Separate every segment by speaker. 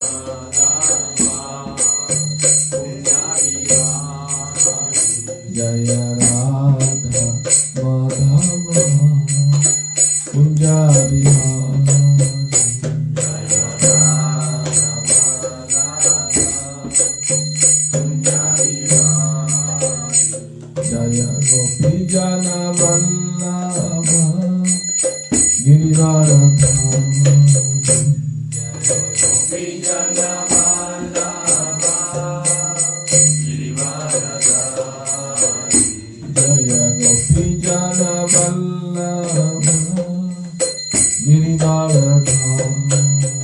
Speaker 1: Jaya Radha Madhava Kunja Bihari Jaya Gopi Jana Vallabha Girivaradhari Jaya Gopi Jana Vallabha Girivaradhari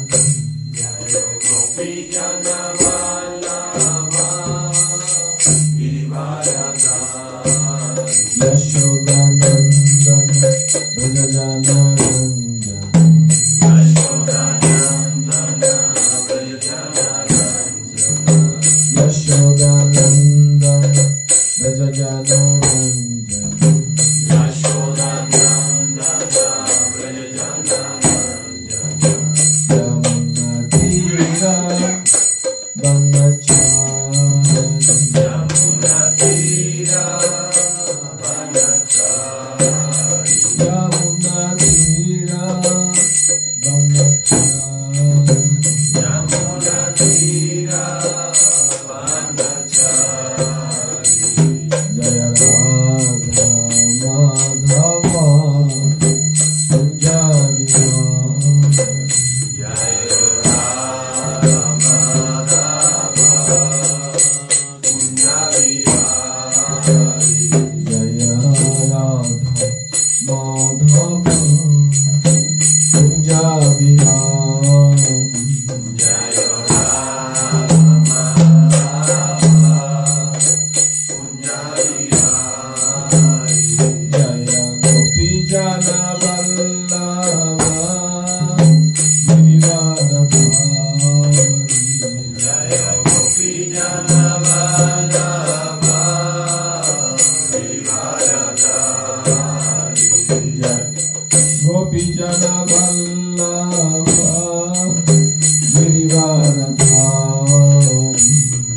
Speaker 1: Yashodanandana Brajajanaranja Yashodanandana Brajajanaranja Yamuna Tira Jaya Radha Madhava Kunja Bihari Jaya Radha Madhava Kunja Bihari Jaya Gopi Jana Vallabha Girivaradhari Gopi Jana Vallabha Girivaradhari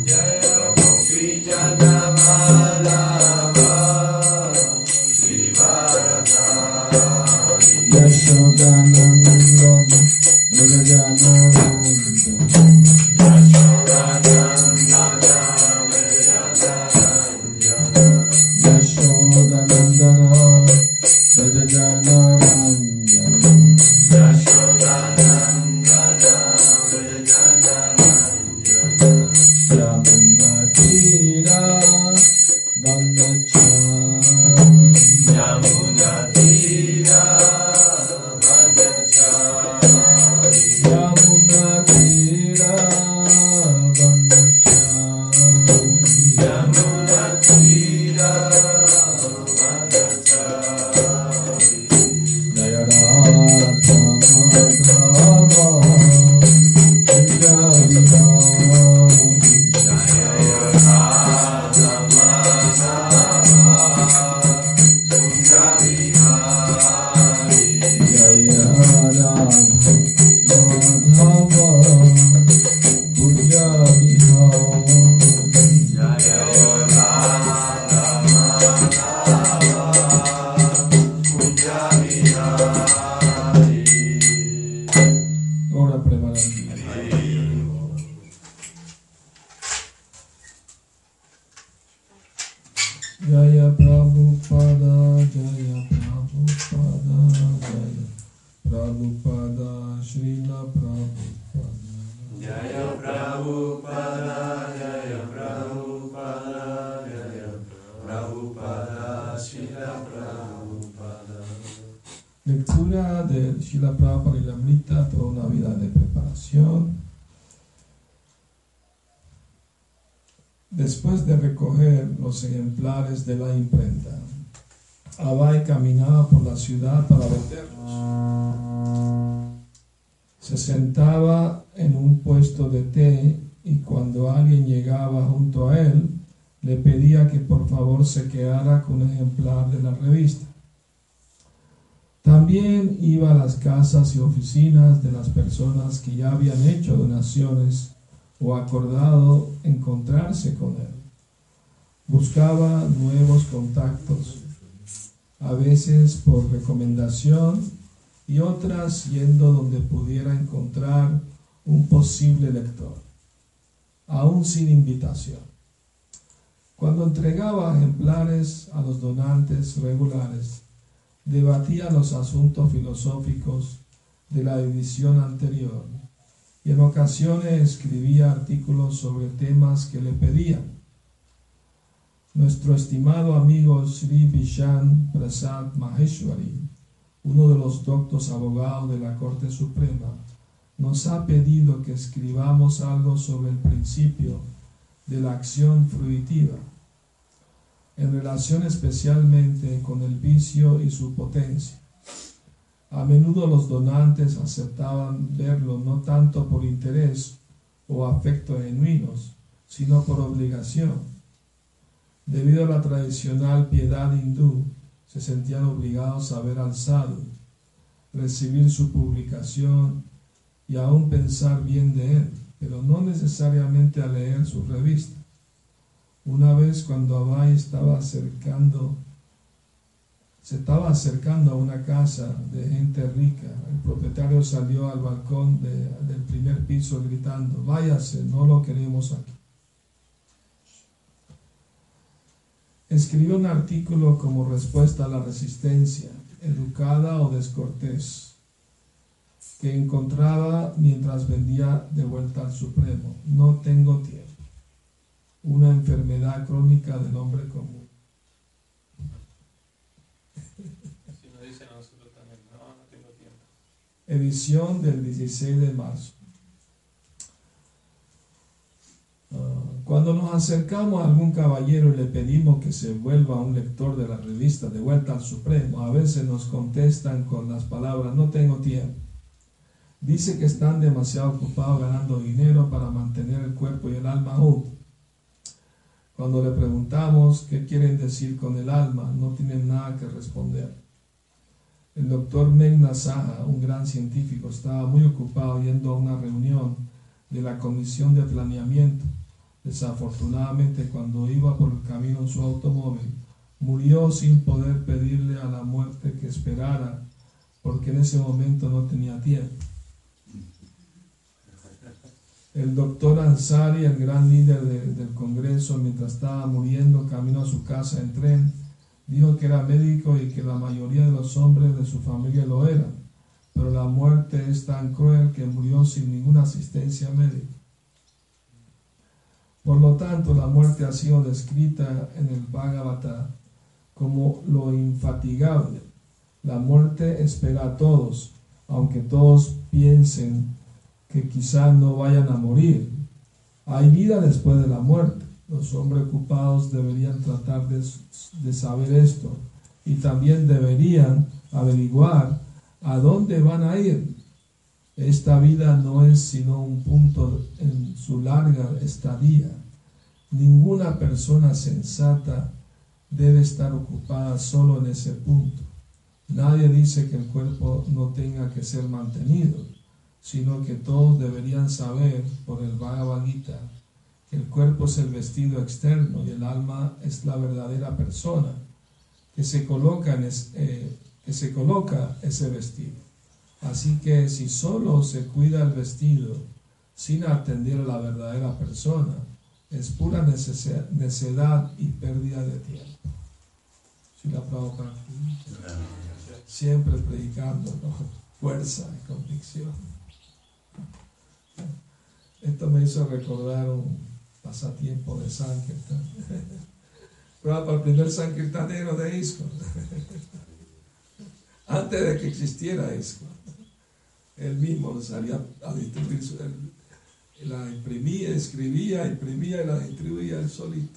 Speaker 1: Yashodanandana Brajajanaranja Yashodanandana Brajajanaranja Yamuna Tira Jaya Radha Madhava Kunja Bihari Jaya Radha Madhava Kunja Bihari Ora Premanandi Jaya Prabhupada Jaya Prabhupada Jaya Prabhupada Srila Prabhupada
Speaker 2: Jaya Prabhupada Jaya Prabhupada Jaya Prabhupada Srila Prabhupada.
Speaker 1: Lectura de Srila Prabhupada y la Amrita, toda una vida de preparación. Después de recoger los ejemplares de la imprenta, Abai caminaba por la ciudad para venderlos. Se sentaba en un puesto de té y cuando alguien llegaba junto a él, le pedía que por favor se quedara con un ejemplar de la revista. También iba a las casas y oficinas de las personas que ya habían hecho donaciones o acordado encontrarse con él. Buscaba nuevos contactos, a veces por recomendación y otras yendo donde pudiera encontrar un posible lector, aún sin invitación. Cuando entregaba ejemplares a los donantes regulares, debatía los asuntos filosóficos de la edición anterior y en ocasiones escribía artículos sobre temas que le pedían. Nuestro estimado amigo Sri Bishan Prasad Maheshwari, uno de los doctos abogados de la Corte Suprema, nos ha pedido que escribamos algo sobre el principio de la acción fruitiva, en relación especialmente con el vicio y su potencia. A menudo los donantes aceptaban verlo no tanto por interés o afecto genuinos, sino por obligación. Debido a la tradicional piedad hindú, se sentían obligados a ver al sadhu, recibir su publicación y aún pensar bien de él, pero no necesariamente a leer su revista. Una vez cuando Abai se estaba acercando a una casa de gente rica, el propietario salió al balcón del primer piso gritando: «Váyase, no lo queremos aquí». Escribió un artículo como respuesta a la resistencia, educada o descortés, que encontraba mientras vendía de vuelta al Supremo. No tengo tiempo. Una enfermedad crónica del hombre común.
Speaker 2: Así nos dicen a nosotros también, no tengo tiempo.
Speaker 1: Edición del 16 de marzo. Cuando nos acercamos a algún caballero y le pedimos que se vuelva un lector de la revista de vuelta al Supremo, a veces nos contestan con las palabras: no tengo tiempo. Dice que están demasiado ocupados ganando dinero para mantener el cuerpo y el alma juntos. Cuando le preguntamos qué quieren decir con el alma, no tienen nada que responder. El doctor Meghna Saha, un gran científico, estaba muy ocupado yendo a una reunión de la Comisión de Planeamiento. Desafortunadamente, cuando iba por el camino en su automóvil, murió sin poder pedirle a la muerte que esperara, porque en ese momento no tenía tiempo. El doctor Ansari, el gran líder del Congreso, mientras estaba muriendo camino a su casa en tren, dijo que era médico y que la mayoría de los hombres de su familia lo eran, pero la muerte es tan cruel que murió sin ninguna asistencia médica. Por lo tanto, la muerte ha sido descrita en el Bhagavata como lo infatigable. La muerte espera a todos, aunque todos piensen que quizá no vayan a morir. Hay vida después de la muerte. Los hombres ocupados deberían tratar de saber esto y también deberían averiguar a dónde van a ir. Esta vida no es sino un punto en su larga estadía. Ninguna persona sensata debe estar ocupada solo en ese punto. Nadie dice que el cuerpo no tenga que ser mantenido, sino que todos deberían saber por el Bhagavad Gita que el cuerpo es el vestido externo y el alma es la verdadera persona que se coloca ese vestido. Así que si solo se cuida el vestido sin atender a la verdadera persona, es pura necedad y pérdida de tiempo. Srila Prabhupada, siempre predicando, ¿no? Fuerza y convicción. Esto me hizo recordar un pasatiempo de Sankirtan. Prabhupada, el primer sankirtanero de ISKCON. Antes de que existiera ISKCON. Él mismo salía a distribuir, la imprimía, escribía, imprimía y la distribuía él solito.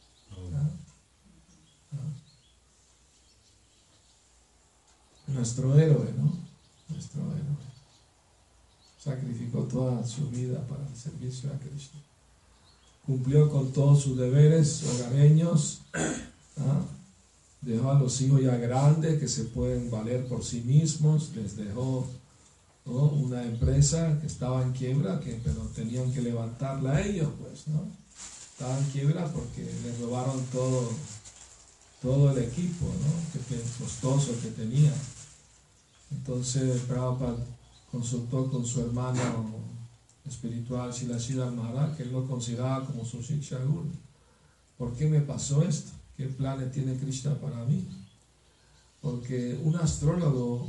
Speaker 1: Nuestro héroe, ¿no? Nuestro héroe. Sacrificó toda su vida para el servicio a Krishna. Cumplió con todos sus deberes hogareños, dejó a los hijos ya grandes que se pueden valer por sí mismos, les dejó, ¿no?, una empresa que estaba en quiebra, pero tenían que levantarla a ellos, pues, ¿no? Estaba en quiebra porque les robaron todo el equipo, ¿no?, que costoso que tenía. Entonces Prabhupada consultó con su hermano espiritual Srila Maharaj, que él lo consideraba como su Shiksha Guru. ¿Por qué me pasó esto? ¿Qué planes tiene Krishna para mí? Porque un astrólogo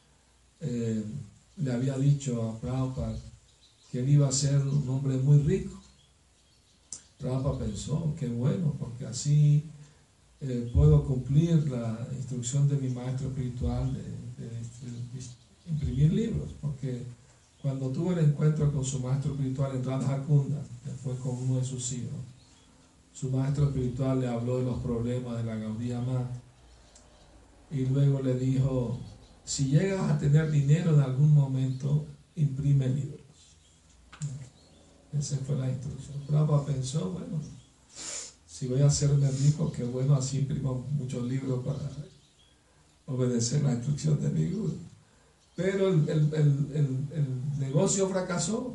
Speaker 1: le había dicho a Prabhupada que él iba a ser un hombre muy rico. Prabhupada pensó, qué bueno, porque así puedo cumplir la instrucción de mi maestro espiritual de imprimir libros, porque cuando tuvo el encuentro con su maestro espiritual en Radhakunda, que fue con uno de sus hijos, su maestro espiritual le habló de los problemas de la Gaudiya Mata y luego le dijo, si llegas a tener dinero en algún momento, imprime libros. Esa fue la instrucción. Prabhupada pensó, bueno, si voy a hacerme rico, qué bueno, así imprimo muchos libros para obedecer la instrucción de mi guru. Pero el negocio fracasó.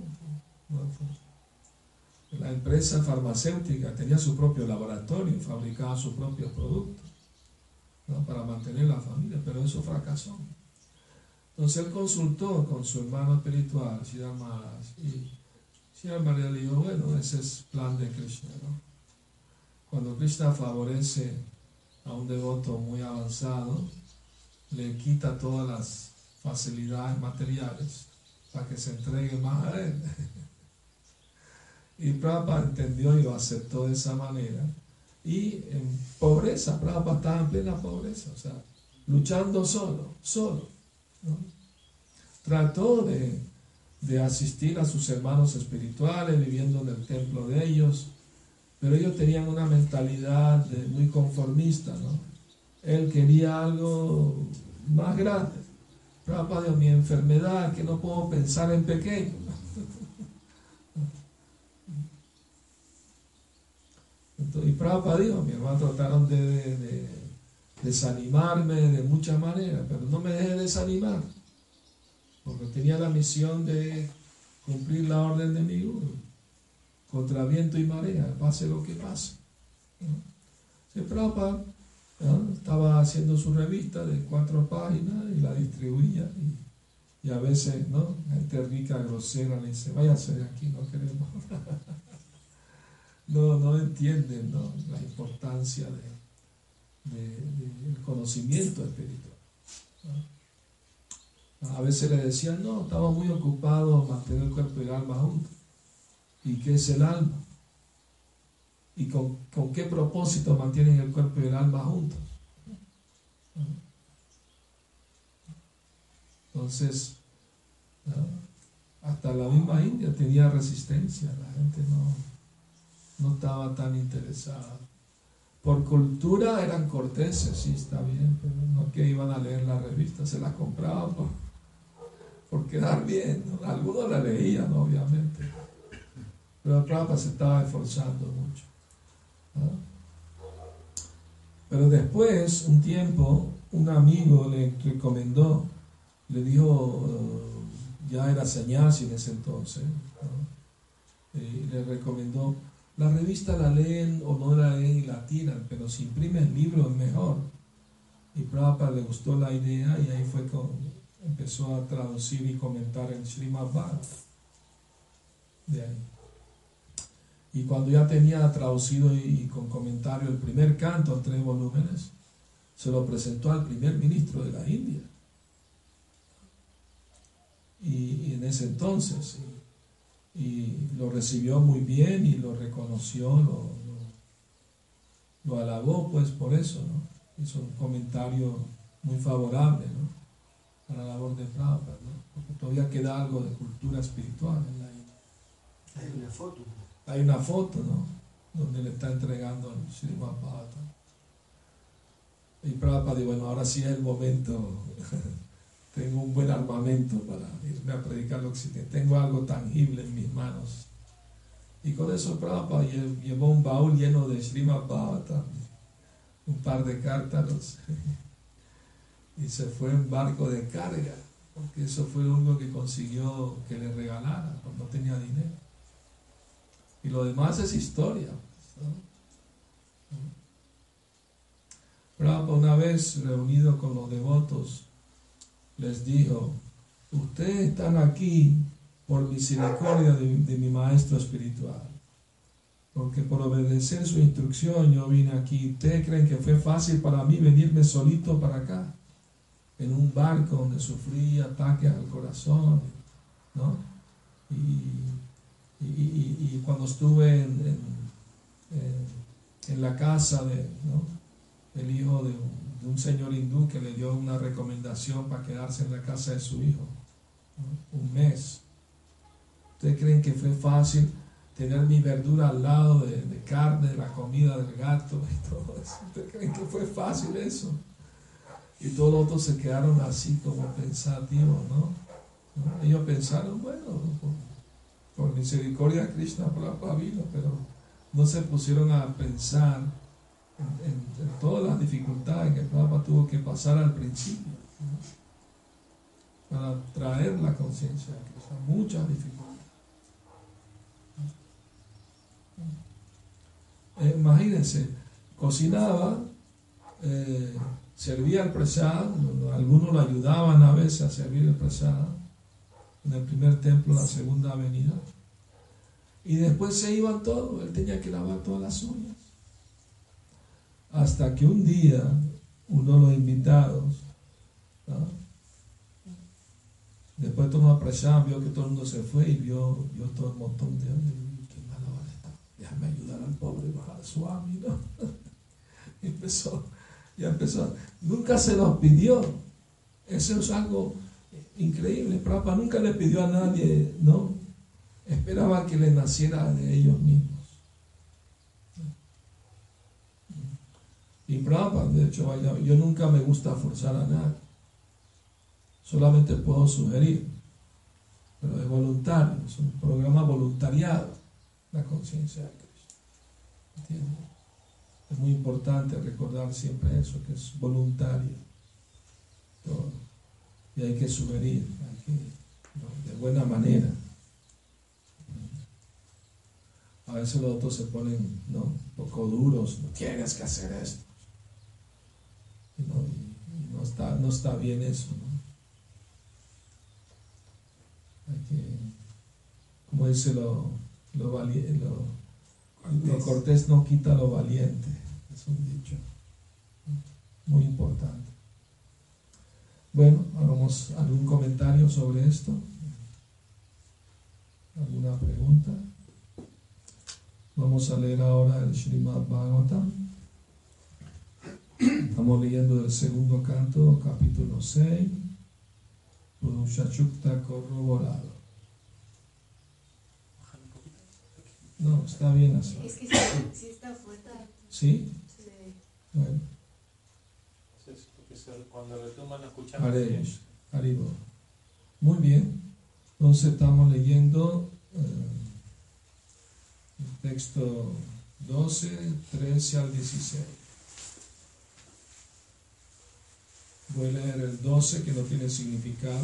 Speaker 1: La empresa farmacéutica tenía su propio laboratorio, fabricaba sus propios productos, ¿no?, para mantener la familia, pero eso fracasó. Entonces él consultó con su hermano espiritual, Sridhar Maharaj, y Sridhar Maharaj le dijo, bueno, ese es plan de Krishna, ¿no? Cuando Krishna favorece a un devoto muy avanzado, le quita todas las facilidades materiales para que se entregue más a él. Y Prabhupada entendió y lo aceptó de esa manera. Y en pobreza, Prabhupada estaba en plena pobreza, o sea, luchando solo, ¿no? Trató de asistir a sus hermanos espirituales, viviendo en el templo de ellos, pero ellos tenían una mentalidad muy conformista, ¿no? Él quería algo más grande. Prabhupada dijo, mi enfermedad, que no puedo pensar en pequeño. Y Prabhupada dijo, mi hermano, trataron de desanimarme de muchas maneras, pero no me dejé desanimar, porque tenía la misión de cumplir la orden de mi guru, contra viento y marea, pase lo que pase, ¿no? Sí, Prabhupada, ¿no?, estaba haciendo su revista de 4 páginas y la distribuía, y a veces, ¿no?, gente rica, grosera, le dice, váyase de aquí, no queremos. No entienden, ¿no?, la importancia del conocimiento espiritual, ¿no? A veces le decían, no, estamos muy ocupados en mantener el cuerpo y el alma juntos. ¿Y qué es el alma? ¿Y con qué propósito mantienen el cuerpo y el alma juntos? Entonces, ¿no?, hasta la misma India tenía resistencia, la gente no estaba tan interesada. Por cultura eran corteses, sí, está bien, pero no que iban a leer la revista, se la compraban por quedar bien, ¿no? Algunos la leían, obviamente, pero Prabhupada se estaba esforzando mucho, ¿no? Pero después, un tiempo, un amigo le recomendó, le dijo, ya era sannyasi en ese entonces, ¿no?, y le recomendó, la revista la leen o no la leen y la tiran, pero si imprimen el libro es mejor. Y Prabhupada le gustó la idea y ahí fue cuando empezó a traducir y comentar el Srimad Bhagavatam. De ahí. Y cuando ya tenía traducido y con comentario el primer canto en 3 volúmenes, se lo presentó al primer ministro de la India. Y en ese entonces, y lo recibió muy bien y lo reconoció, lo alabó pues por eso, ¿no? Hizo un comentario muy favorable, ¿no?, a la labor de Prabhupada, ¿no?, porque todavía queda algo de cultura espiritual en la India. Hay una foto, ¿no?, donde le está entregando el Srimad Bhagavatam. Y Prabhupada dijo, bueno, ahora sí es el momento. Tengo un buen armamento para irme a predicar al occidente. Tengo algo tangible en mis manos. Y con eso Prabhupada llevó un baúl lleno de Srimad Bhagavatam, un par de cártaros y se fue en barco de carga, porque eso fue lo único que consiguió que le regalara, pues no tenía dinero. Y lo demás es historia, ¿no? Prabhupada una vez reunido con los devotos les dijo: ustedes están aquí por misericordia de mi maestro espiritual, porque por obedecer su instrucción yo vine aquí. ¿Ustedes creen que fue fácil para mí venirme solito para acá? En un barco donde sufrí ataques al corazón, ¿no? Y cuando estuve en la casa de, ¿no?, el hijo de un señor hindú que le dio una recomendación para quedarse en la casa de su hijo, ¿no?, un mes. ¿Ustedes creen que fue fácil tener mi verdura al lado de carne, de la comida del gato y todo eso? ¿Ustedes creen que fue fácil eso? Y todos los otros se quedaron así como pensativos, ¿no? Ellos pensaron, bueno, por misericordia de Krishna, Prabhupada vino, pero no se pusieron a pensar en todas las dificultades que Prabhupada tuvo que pasar al principio, ¿no?, para traer la conciencia de Krishna. Muchas dificultades. Imagínense, cocinaba, servía el prasad, algunos lo ayudaban a veces a servir el prasad en el primer templo, la segunda avenida, y después se iban todos. Él tenía que lavar todas las uñas, hasta que un día uno de los invitados, ¿no?, después tomó prasad, vio que todo el mundo se fue y vio todo el montón de uñas. ¿Quién va a lavar esta? Déjame ayudar al pobre Mahaswami, ¿no? Ya empezó. Nunca se los pidió. Eso es algo increíble. Prabhupada nunca le pidió a nadie, ¿no? Esperaba que le naciera de ellos mismos. Y Prabhupada, de hecho, yo nunca me gusta forzar a nadie. Solamente puedo sugerir, pero es voluntario, es un programa voluntariado, la conciencia de Cristo. ¿Entiendes? Es muy importante recordar siempre eso, que es voluntario todo. Y hay que sugerir, ¿no?, de buena manera. A veces los otros se ponen, ¿no?, un poco duros: no tienes que hacer esto. Y no está bien eso, ¿no? Hay que, como dice lo cortés no quita lo valiente, es un dicho muy importante. Bueno, hagamos algún comentario sobre esto. ¿Alguna pregunta? Vamos a leer ahora el Srimad Bhagavatam. Estamos leyendo del segundo canto, capítulo 6, Purushachukta corroborado. No, está bien así.
Speaker 3: Es que sí está fuerte.
Speaker 1: ¿Sí?
Speaker 3: Sí.
Speaker 1: Bueno.
Speaker 2: Cuando retoman escuchamos.
Speaker 1: Haribo. Muy bien. Entonces estamos leyendo el texto 12, 13 al 16. Voy a leer el 12, que no tiene significado.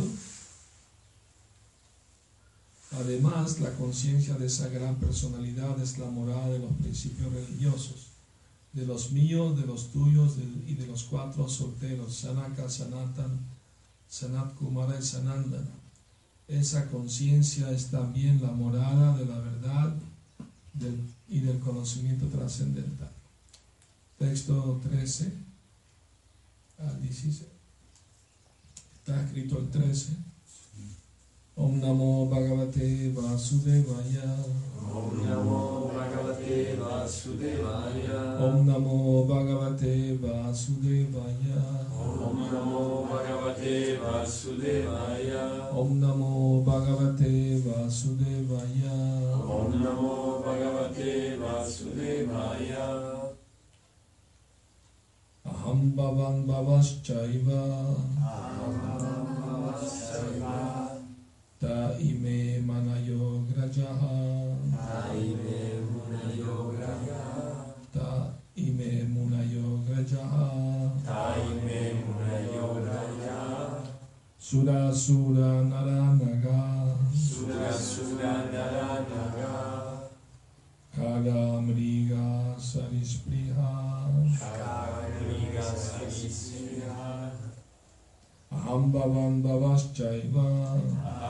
Speaker 1: Además, la conciencia de esa gran personalidad es la morada de los principios religiosos, de los míos, de los tuyos y de los cuatro solteros, Sanaka, Sanatan, Sanat Kumara y Sanandana. Esa conciencia es también la morada de la verdad y del conocimiento trascendental. Texto 13 al 16. Está escrito el 13. Om Namo Bhagavate Vasudevaya.
Speaker 4: Om Namo Bhagavate Vasudevaya.
Speaker 1: Om Namo Bhagavate Vasudevaya.
Speaker 4: Om Namo Bhagavate Vasudevaya.
Speaker 1: Om Namo Bhagavate Vasudevaya.
Speaker 4: Om Namo Bhagavate Vasudevaya.
Speaker 1: Aham Bhavan Bhavaschaiva. Ta ime manayo grajaha. Ta ime munayo grajaha. Sura Sura Naranaga,
Speaker 4: Sura Sura Naranaga,
Speaker 1: Kaga Mriga Sarispriha,
Speaker 4: Kagriga Sarisriha,
Speaker 1: Aham Bhavam Bhavaschaiva,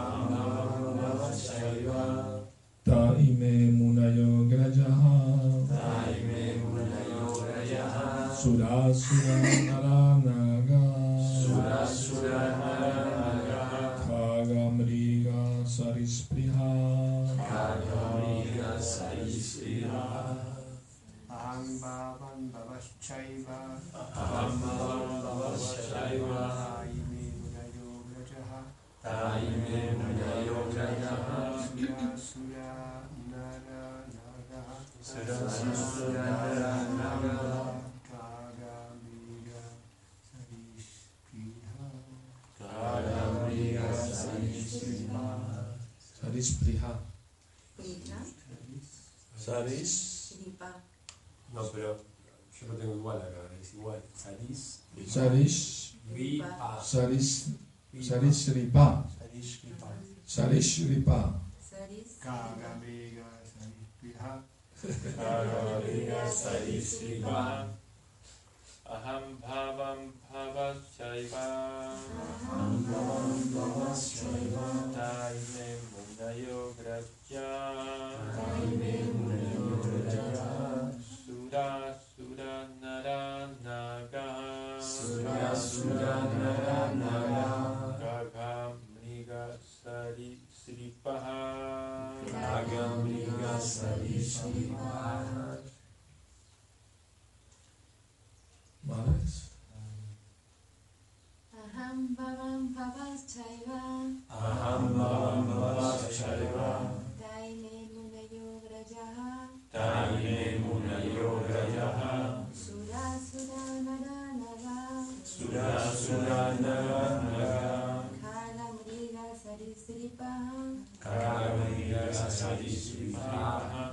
Speaker 4: Amavashaiva,
Speaker 1: Ta ime Munayo Grajaha,
Speaker 4: Taime Munayo Rajaha,
Speaker 1: Sura Sura Naranaga,
Speaker 4: Sura Sura Naranaga,
Speaker 1: Kaga Mriga Sarispriha,
Speaker 4: Kagriga Sarisriha,
Speaker 5: Aham Bhavam Bhavaschaiva,
Speaker 4: Amavashaiva,
Speaker 5: Taime Munayo Grajaha,
Speaker 4: Taime Munayo Rajaha,
Speaker 5: Sura Sura Naranaga,
Speaker 4: Sura Sura Naranaga,
Speaker 5: Kaga Mriga Sarispriha,
Speaker 4: Kagriga Sarisriha,
Speaker 1: Sarispriha.
Speaker 3: Prita,
Speaker 1: Saris,
Speaker 3: Sripa.
Speaker 6: No, pero yo lo tengo igual acá, es igual. Saris,
Speaker 1: Sarish,
Speaker 6: Ripa.
Speaker 1: Saris, Sarisripa,
Speaker 6: Saris, Ripa.
Speaker 1: Sarisripa.
Speaker 3: Saris,
Speaker 5: Kaga Mriga Sarispriha,
Speaker 4: Kagriga Sarisriha,
Speaker 2: Aham bhavam bhavaschaiva taime munayo grajya sura sura naranaga
Speaker 4: Sura Sura Naranaga,
Speaker 2: gaga mriga sarisripaha
Speaker 4: Kagriga Sarisriha,
Speaker 1: Madres.
Speaker 3: Aham Bhavam Bhavaschaiva,
Speaker 4: Aham Bhavam Bhavaschaiva,
Speaker 3: Taime Munayo Grajaha,
Speaker 4: Taime Munayo Rajaha,
Speaker 3: Sura Sura Naranaga,
Speaker 4: Sura Sura Naranaga,
Speaker 3: Kaga Mriga Sarisripaha,
Speaker 4: Kagriga Sarisriha.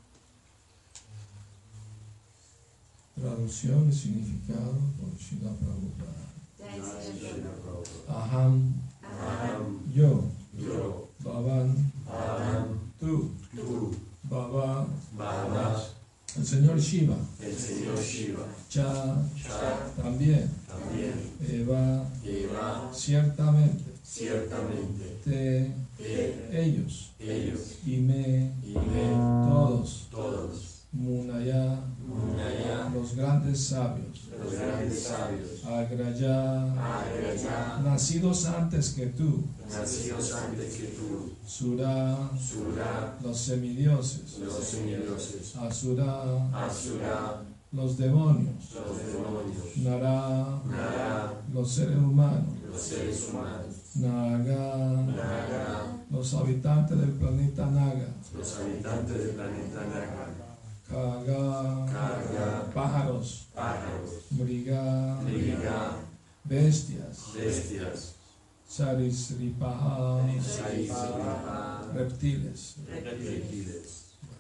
Speaker 1: Traducción y significado por Srila Prabhupada.
Speaker 3: Jai Sri Prabhupada.
Speaker 1: Aham,
Speaker 4: Aham,
Speaker 1: yo,
Speaker 4: yo,
Speaker 1: Bhavan,
Speaker 4: Bhavan,
Speaker 1: tú,
Speaker 4: tú,
Speaker 1: Bhava,
Speaker 4: Bhava,
Speaker 1: el Señor Shiva,
Speaker 4: el Señor Shiva,
Speaker 1: Cha,
Speaker 4: Cha,
Speaker 1: también,
Speaker 4: también,
Speaker 1: Eva,
Speaker 4: Eva,
Speaker 1: ciertamente,
Speaker 4: ciertamente,
Speaker 1: te,
Speaker 4: ellos,
Speaker 1: y me, todos,
Speaker 4: todos,
Speaker 1: Munaya,
Speaker 4: Munaya,
Speaker 1: los grandes sabios,
Speaker 4: los grandes sabios,
Speaker 1: Agraya,
Speaker 4: Agraya,
Speaker 1: nacidos antes que tú,
Speaker 4: nacidos antes que tú,
Speaker 1: Sura,
Speaker 4: Sura,
Speaker 1: los semidioses,
Speaker 4: los semidioses,
Speaker 1: Asura,
Speaker 4: Asura,
Speaker 1: los demonios,
Speaker 4: los demonios,
Speaker 1: Nara,
Speaker 4: Nara,
Speaker 1: los seres humanos,
Speaker 4: los seres humanos,
Speaker 1: Naga,
Speaker 4: Naga,
Speaker 1: los habitantes del planeta Naga,
Speaker 4: los habitantes del planeta Naga,
Speaker 1: Kaga,
Speaker 4: Kaga,
Speaker 1: pájaros,
Speaker 4: pájaros,
Speaker 1: Mriga,
Speaker 4: Liga,
Speaker 1: bestias,
Speaker 4: bestias,
Speaker 1: Sarisripaha,
Speaker 4: Sarisripa,
Speaker 1: reptiles.
Speaker 4: reptiles.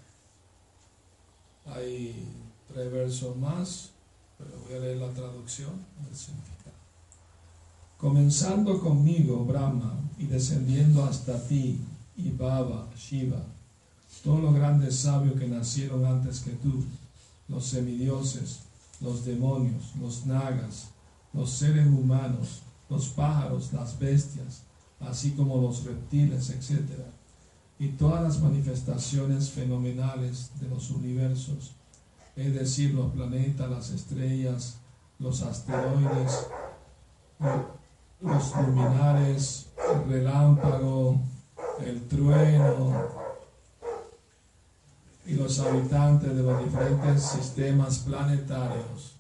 Speaker 1: Hay 3 versos más, pero voy a leer la traducción del significado. Comenzando conmigo, Brahma, y descendiendo hasta ti, y Baba, Shiva, todos los grandes sabios que nacieron antes que tú, los semidioses, los demonios, los nagas, los seres humanos, los pájaros, las bestias, así como los reptiles, etc. Y todas las manifestaciones fenomenales de los universos, es decir, los planetas, las estrellas, los asteroides, los luminares, el relámpago, el trueno y los habitantes de los diferentes sistemas planetarios,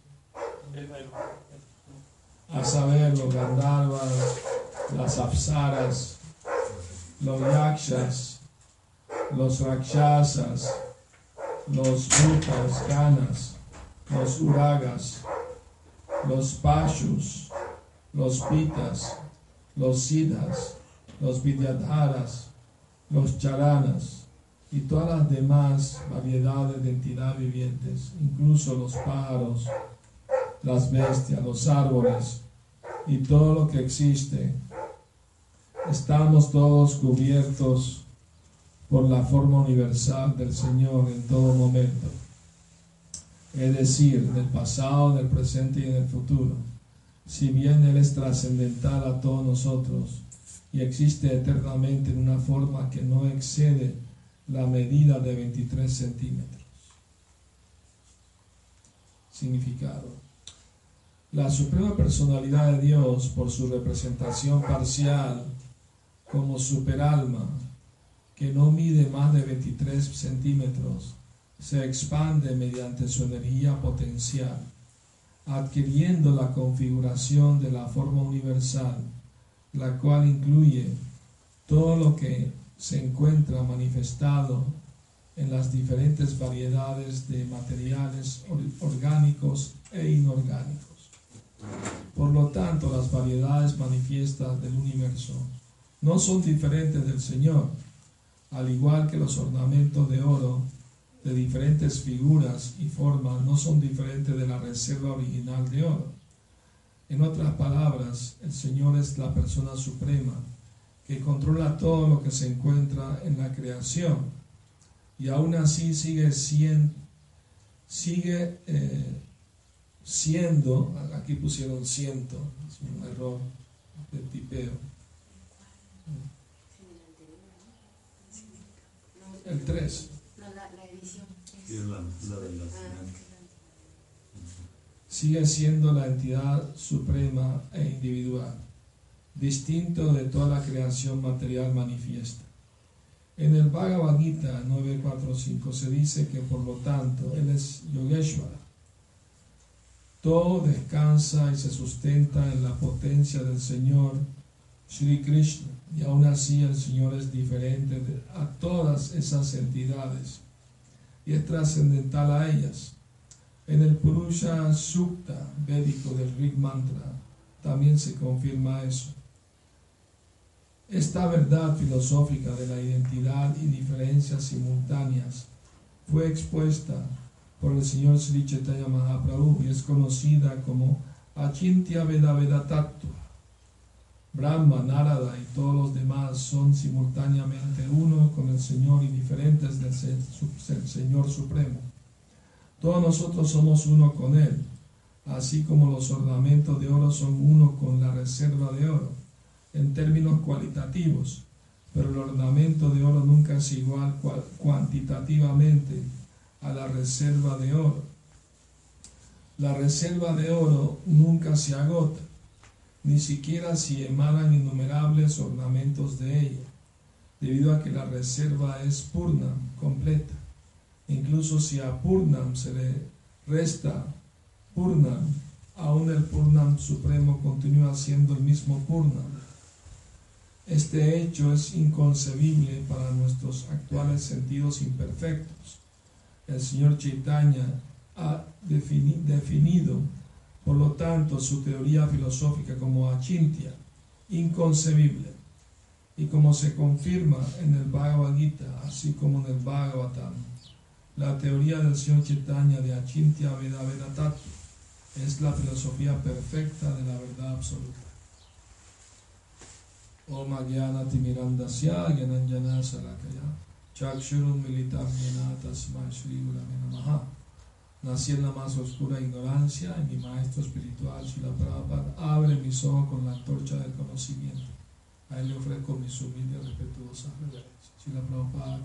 Speaker 1: a saber, los Gandharvas, las Apsaras, los Yakshas, los Rakshasas, los Bhutas, Ganas, los Uragas, los Pashus, los Pitas, los Siddhas, los Vidyadharas, los Charanas y todas las demás variedades de entidades vivientes, incluso los pájaros, las bestias, los árboles y todo lo que existe estamos todos cubiertos por la forma universal del Señor en todo momento, es decir, en el pasado, en el presente y en el futuro. Si bien Él es trascendental a todos nosotros y existe eternamente en una forma que no excede la medida de 23 centímetros. Significado: la suprema personalidad de Dios, por su representación parcial como superalma, que no mide más de 23 centímetros, se expande mediante su energía potencial, adquiriendo la configuración de la forma universal, la cual incluye todo lo que se encuentra manifestado en las diferentes variedades de materiales orgánicos e inorgánicos. Por lo tanto, las variedades manifiestas del universo no son diferentes del Señor, al igual que los ornamentos de oro de diferentes figuras y formas no son diferentes de la reserva original de oro. En otras palabras, el Señor es la persona suprema que controla todo lo que se encuentra en la creación, y aún así sigue siendo, aquí pusieron ciento, es un error de tipeo. El 3.
Speaker 3: No, la edición.
Speaker 4: Y la de las
Speaker 1: Sigue siendo la entidad suprema e individual, distinto de toda la creación material manifiesta. En el Bhagavad Gita 9.4.5 se dice que por lo tanto Él es Yogeshvara. Todo descansa y se sustenta en la potencia del Señor Sri Krishna, y aún así el Señor es diferente a todas esas entidades y es trascendental a ellas. En el Purusha Sukta védico del Rig Mantra también se confirma eso. Esta verdad filosófica de la identidad y diferencias simultáneas fue expuesta por el Señor Sri Chaitanya Mahaprabhu y es conocida como Achintya Veda Veda Tattva. Brahma, Narada y todos los demás son simultáneamente uno con el Señor y diferentes del Señor Supremo. Todos nosotros somos uno con Él, así como los ornamentos de oro son uno con la reserva de oro, en términos cualitativos, pero el ornamento de oro nunca es igual cuantitativamente a la reserva de oro. La reserva de oro nunca se agota, ni siquiera si emanan innumerables ornamentos de ella, debido a que la reserva es Purnam, completa. Incluso si a Purnam se le resta Purnam, aún el Purnam supremo continúa siendo el mismo Purnam. Este hecho es inconcebible para nuestros actuales sentidos imperfectos. El Señor Chaitanya ha definido, por lo tanto, su teoría filosófica como Achintya, inconcebible, y como se confirma en el Bhagavad Gita, así como en el Bhagavatam, la teoría del Señor Chaitanya de Achintya Veda Veda Tattva es la filosofía perfecta de la verdad absoluta. Om Agyana Timirandasya Gyananjana Salakaya Chakshurun Militam Yena Tasmai Shri Gurave Namaha. Nací en la más oscura ignorancia y mi maestro espiritual Srila Prabhupada abre mis ojos con la antorcha del conocimiento. A él le ofrezco mis humildes y respetuosas reverencias. Srila Prabhupada.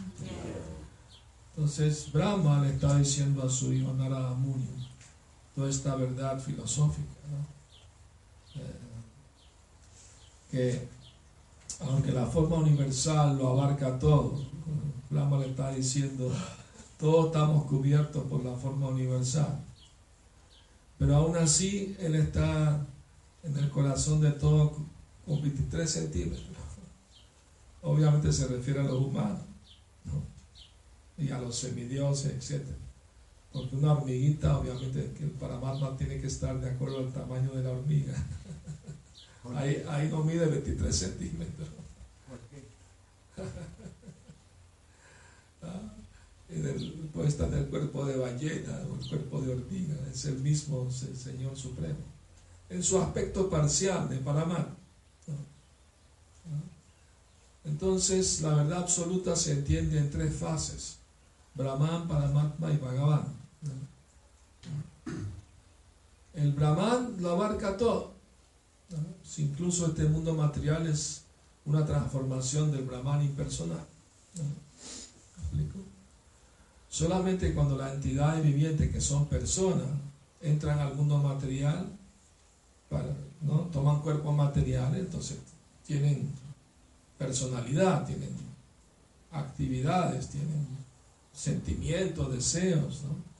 Speaker 1: Entonces Brahma le está diciendo a su hijo Narada Muni toda esta verdad filosófica, ¿no? Que aunque la forma universal lo abarca todo, Brahma le está diciendo todos estamos cubiertos por la forma universal, pero aún así Él está en el corazón de todos con 23 centímetros. Obviamente se refiere a los humanos, ¿no? Y a los semidioses, etc. Porque una hormiguita, obviamente, que el Paramatma tiene que estar de acuerdo al tamaño de la hormiga. Ahí no mide 23 centímetros.
Speaker 5: ¿Por qué?
Speaker 1: Puede estar en el cuerpo de ballena o el cuerpo de hormiga, es el mismo Señor Supremo, en su aspecto parcial de Paramatma, ¿no? Entonces, la verdad absoluta se entiende en tres fases: Brahman, Paramatma y Bhagavan. El Brahman lo abarca todo. Si incluso este mundo material es una transformación del Brahman impersonal. ¿Me explico? Solamente cuando las entidades vivientes, que son personas, entran al mundo material, ¿no? Toman cuerpos materiales, entonces tienen personalidad, tienen actividades, tienen sentimientos, deseos, ¿no?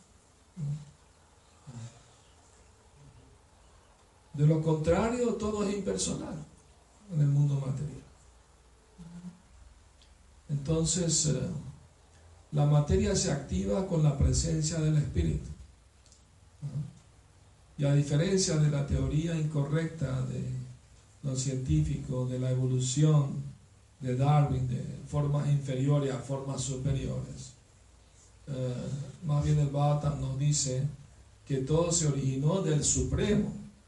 Speaker 1: De lo contrario, todo es impersonal en el mundo material. Entonces, la materia se activa con la presencia del espíritu. Y a diferencia de la teoría incorrecta de los científicos de la evolución de Darwin, de formas inferiores a formas superiores, más bien el Bhagavatam nos dice que todo se originó del Supremo,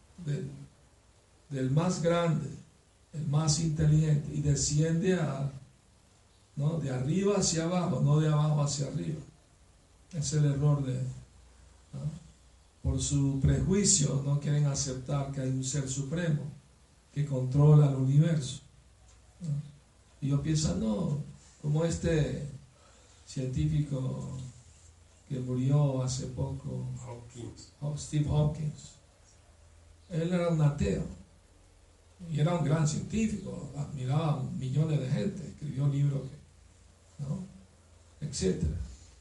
Speaker 1: del más grande, el más inteligente, y desciende ¿no? de arriba hacia abajo, no de abajo hacia arriba. Es el error ¿no? Por su prejuicio no quieren aceptar que hay un ser supremo que controla el universo, ¿no? Y yo pienso, no, como este científico que murió hace poco, Steve Hawkins. Él era un ateo y era un gran científico, admiraba a millones de gente, escribió libros, ¿no? Etcétera.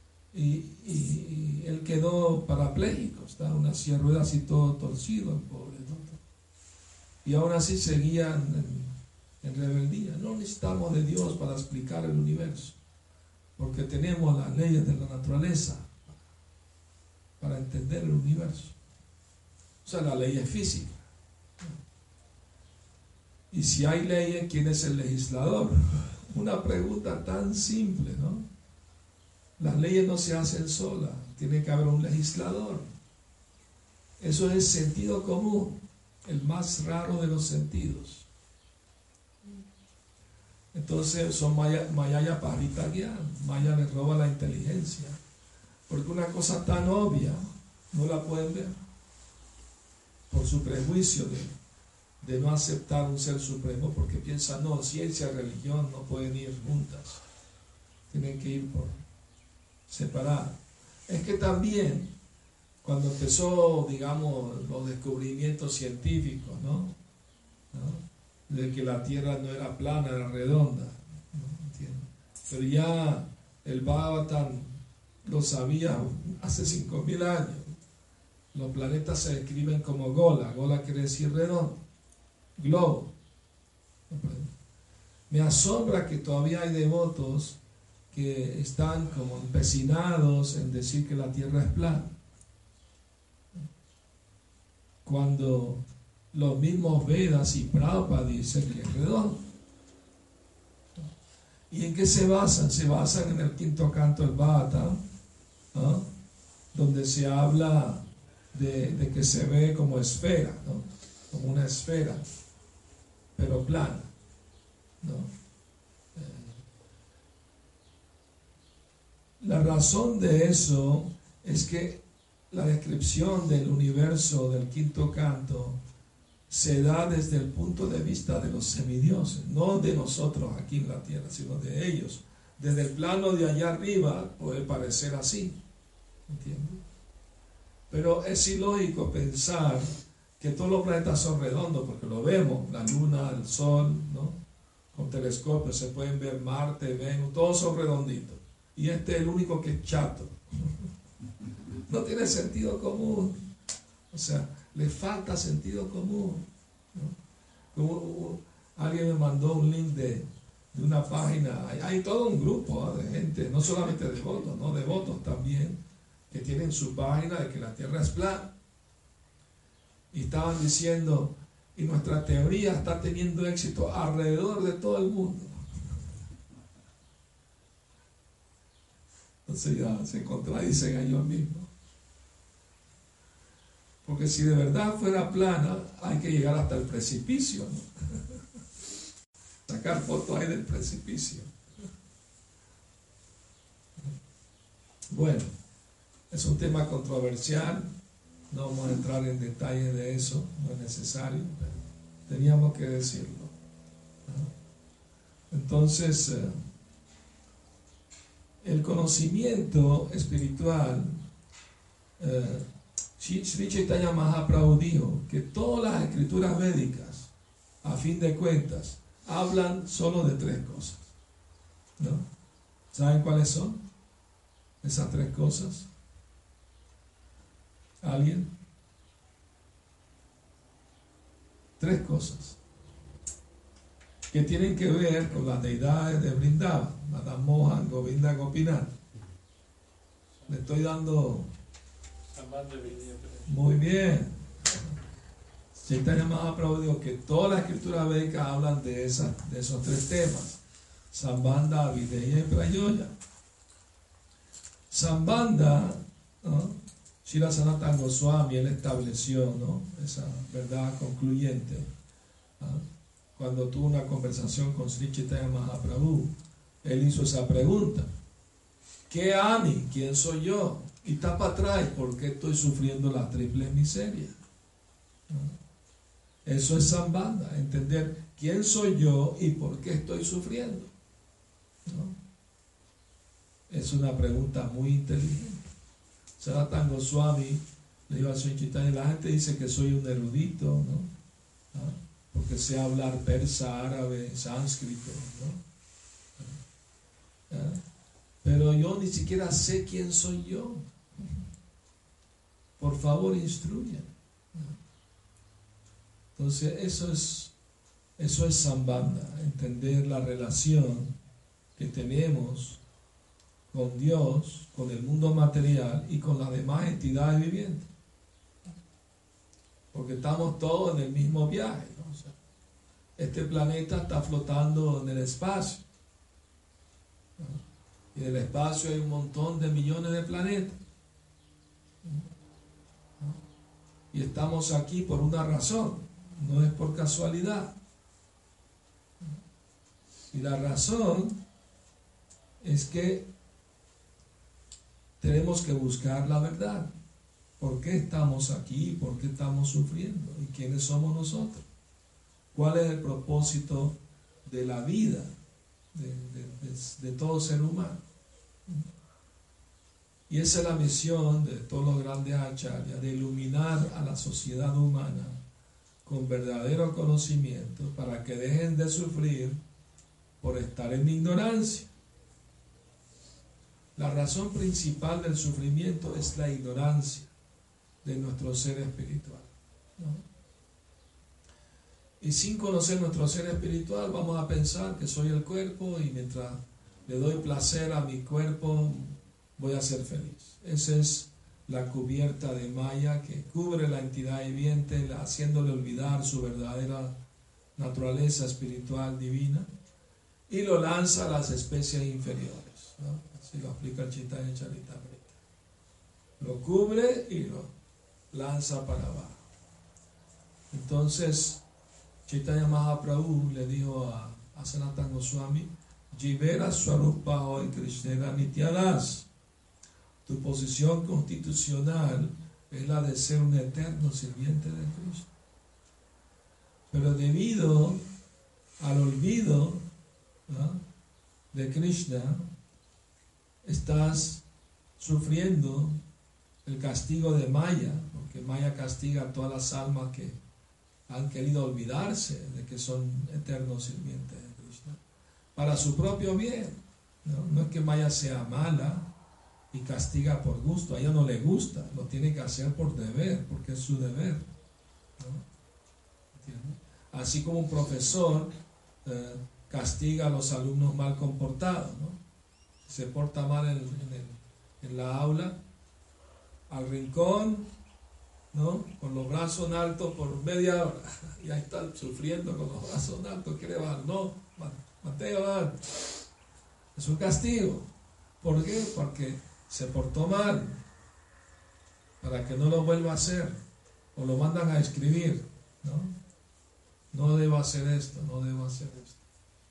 Speaker 1: Y él quedó parapléjico, estaba en una silla de ruedas así todo torcido, el pobre, ¿no? Y aún así seguía en rebeldía. No necesitamos de Dios para explicar el universo, porque tenemos las leyes de la naturaleza para entender el universo. O sea, la ley es física. Y si hay leyes, ¿quién es el legislador? Una pregunta tan simple, ¿no? Las leyes no se hacen solas, tiene que haber un legislador. Eso es sentido común, el más raro de los sentidos. Entonces son Mayaya Paritagyan, Maya les roba la inteligencia, porque una cosa tan obvia no la pueden ver por su prejuicio de no aceptar un ser supremo, porque piensan, no, ciencia y religión no pueden ir juntas, tienen que ir por separado. Es que también cuando empezó, digamos, los descubrimientos científicos, ¿no? De que la Tierra no era plana, era redonda, ¿no? ¿Entiendes? Pero ya el Bhagavatam lo sabía hace 5.000 años. Los planetas se describen como gola. Gola quiere decir redondo, globo. Me asombra que todavía hay devotos que están como empecinados en decir que la Tierra es plana, cuando los mismos Vedas y Prabhupada dicen que es redondo. ¿Y en qué se basan? Se basan en el quinto canto del Bhagavatam, ¿no? Donde se habla de que se ve como esfera, ¿no? Como una esfera, pero plana, ¿no? La razón de eso es que la descripción del universo del quinto canto se da desde el punto de vista de los semidioses, no de nosotros aquí en la tierra, sino de ellos. Desde el plano de allá arriba puede parecer así, ¿entiendes? Pero es ilógico pensar que todos los planetas son redondos, porque lo vemos, la luna, el sol, ¿no? Con telescopios se pueden ver Marte, Venus, todos son redonditos. Y este es el único que es chato. No tiene sentido común. O sea, le falta sentido común, ¿no? Como alguien me mandó un link de una página. Hay todo un grupo, ¿no? De gente, no solamente devotos, ¿no? Devotos también, que tienen su página de que la Tierra es plana. Y estaban diciendo, y nuestra teoría está teniendo éxito alrededor de todo el mundo. Entonces ya se contradicen a ellos mismos. Porque si de verdad fuera plana, hay que llegar hasta el precipicio, ¿no? sacar fotos ahí del precipicio. Bueno, es un tema controversial, no vamos a entrar en detalles de eso, no es necesario, pero teníamos que decirlo. Entonces, el conocimiento espiritual, Sri Chaitanya Mahaprabhu dijo que todas las escrituras védicas, a fin de cuentas, hablan solo de tres cosas, ¿no? ¿Saben cuáles son esas tres cosas? ¿Alguien? Tres cosas que tienen que ver con las deidades de Vrindavan, Madame Mohan, Govinda, Gopinath. Le estoy dando... Muy bien. Chaitanya Mahaprabhu dijo que todas las escrituras védicas hablan de esos tres temas: Sambandha, Videya y Prayoya. Sambandha, ¿no? Srila Sanatana Goswami, él estableció, ¿no?, esa verdad concluyente, ¿no? Cuando tuvo una conversación con Sri Chaitanya Mahaprabhu, él hizo esa pregunta: ¿qué Ami? ¿Quién soy yo? Y está para atrás, ¿por qué estoy sufriendo las triples miserias? ¿No? Eso es Sambandha, entender quién soy yo y por qué estoy sufriendo, ¿no? Es una pregunta muy inteligente. Sanatana Goswami le dijo a Sri Chaitanya: la gente dice que soy un erudito, ¿no? ¿Ah? Porque sé hablar persa, árabe, sánscrito, ¿no? ¿Ah? Pero yo ni siquiera sé quién soy yo. Por favor, instruyan. Entonces, eso es Sambandha, entender la relación que tenemos con Dios, con el mundo material y con las demás entidades vivientes. Porque estamos todos en el mismo viaje, ¿no? O sea, este planeta está flotando en el espacio, ¿no? Y en el espacio hay un montón de millones de planetas, ¿no? Y estamos aquí por una razón, no es por casualidad. Y la razón es que tenemos que buscar la verdad. ¿Por qué estamos aquí? ¿Por qué estamos sufriendo? ¿Y quiénes somos nosotros? ¿Cuál es el propósito de la vida de todo ser humano? Y esa es la misión de todos los grandes acharyas, de iluminar a la sociedad humana con verdadero conocimiento para que dejen de sufrir por estar en ignorancia. La razón principal del sufrimiento es la ignorancia de nuestro ser espiritual, ¿no? Y sin conocer nuestro ser espiritual vamos a pensar que soy el cuerpo y mientras le doy placer a mi cuerpo voy a ser feliz. Esa es la cubierta de Maya que cubre la entidad viviente, haciéndole olvidar su verdadera naturaleza espiritual divina, y lo lanza a las especies inferiores, ¿no? Así lo explica el Chaitanya Charitamrita. Lo cubre y lo lanza para abajo. Entonces Chaitanya Mahaprabhu le dijo a Sanatana Goswami: Jivera Swarupa hoy Krishnera Nityadas. Tu posición constitucional es la de ser un eterno sirviente de Krishna. Pero debido al olvido, ¿no?, de Krishna, estás sufriendo el castigo de Maya, porque Maya castiga a todas las almas que han querido olvidarse de que son eternos sirvientes de Krishna, para su propio bien, ¿no? No es que Maya sea mala y castiga por gusto, a ella no le gusta, lo tiene que hacer por deber, porque es su deber, ¿no? ¿Entiendes? Así como un profesor castiga a los alumnos mal comportados, ¿no? Se porta mal en la aula, al rincón, ¿no?, con los brazos en alto por media hora, y ahí está sufriendo con los brazos en alto. ¿Quiere bajar? No, Mateo, bajar. Es un castigo. ¿Por qué? Porque se portó mal, para que no lo vuelva a hacer, o lo mandan a escribir, ¿no? No debo hacer esto, no debo hacer esto.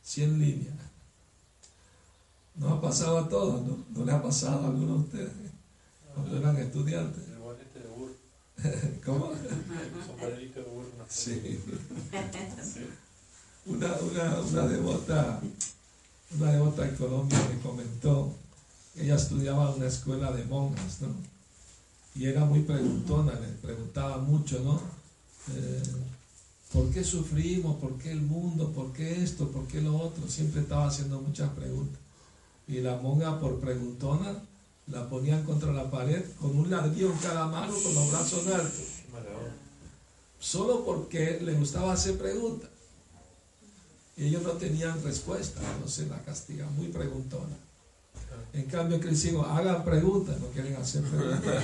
Speaker 1: 100 líneas. Nos ha pasado a todos, ¿no? ¿No le ha pasado a alguno de ustedes cuando eran estudiantes?
Speaker 2: El bonete de burro.
Speaker 1: ¿Cómo?
Speaker 2: El sombrerito de burro. ¿No?
Speaker 1: Sí.
Speaker 2: Sí.
Speaker 1: Una devota en Colombia me comentó que ella estudiaba en una escuela de monjas, ¿no? Y era muy preguntona, le preguntaba mucho, ¿no? ¿Por qué sufrimos? ¿Por qué el mundo? ¿Por qué esto? ¿Por qué lo otro? Siempre estaba haciendo muchas preguntas. Y la monja, por preguntona, la ponían contra la pared con un ladrillo en cada mano, con los brazos altos.
Speaker 2: Qué mala onda.
Speaker 1: Solo porque le gustaba hacer preguntas. Y ellos no tenían respuesta, entonces la castigan, muy preguntona. En cambio, que les digo, hagan preguntas, no quieren hacer preguntas.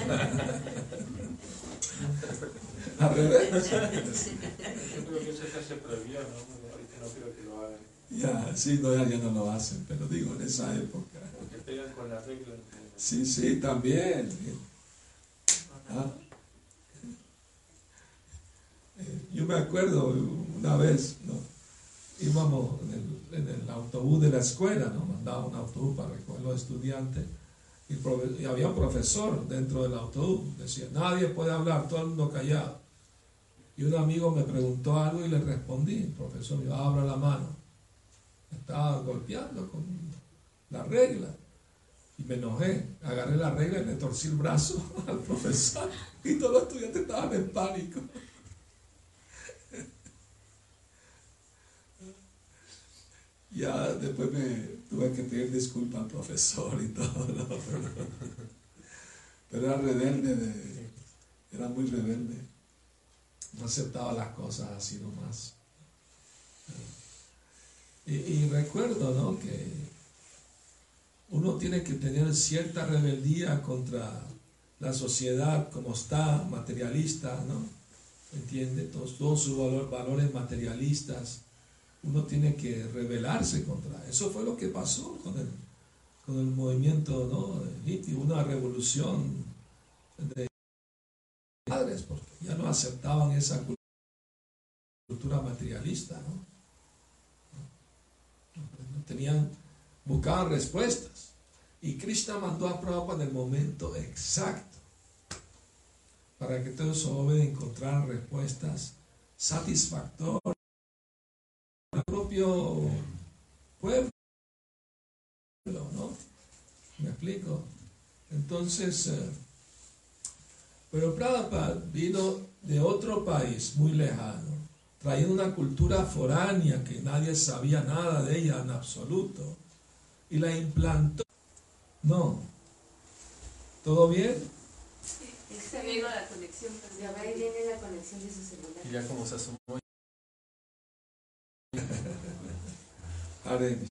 Speaker 1: Al revés.
Speaker 2: Yo creo que eso ya se prohibió, ¿no? Ahorita no creo que lo hagan.
Speaker 1: Ya, sí, no, ya no lo hacen, pero digo, en esa época.
Speaker 2: Porque pegan con la regla.
Speaker 1: Sí, también. Ah. Yo me acuerdo una vez, ¿no? Íbamos en el autobús de la escuela, ¿no? Mandaba un autobús para recoger los estudiantes y había un profesor dentro del autobús. Decía, nadie puede hablar, todo el mundo callado. Y un amigo me preguntó algo y le respondí. El profesor me dijo, abra la mano. Me estaba golpeando con la regla. Y me enojé, agarré la regla y le torcí el brazo al profesor. Y todos los estudiantes estaban en pánico. Ya después me tuve que pedir disculpas al profesor y todo, ¿no? Pero era rebelde, era muy rebelde. No aceptaba las cosas así nomás. Y recuerdo, ¿no? Que uno tiene que tener cierta rebeldía contra la sociedad como está, materialista, ¿no? ¿Entiende? Todos sus valores materialistas. Uno tiene que rebelarse contra. Eso fue lo que pasó con el movimiento, ¿no? Hippie, una revolución de padres, porque ya no aceptaban esa cultura materialista, ¿no? Buscaban respuestas. Y Krishna mandó a Prabhupada en el momento exacto para que todos esos jóvenes encontraran respuestas satisfactorias al propio pueblo, ¿no? ¿Me explico? Entonces, pero Prabhupada vino de otro país muy lejano, trayendo una cultura foránea que nadie sabía nada de ella en absoluto, y la implantó. No. ¿Todo bien?
Speaker 7: Está bien la conexión.
Speaker 3: Ya va y viene la conexión de su celular.
Speaker 6: Y ya como se asomó.
Speaker 1: Hare.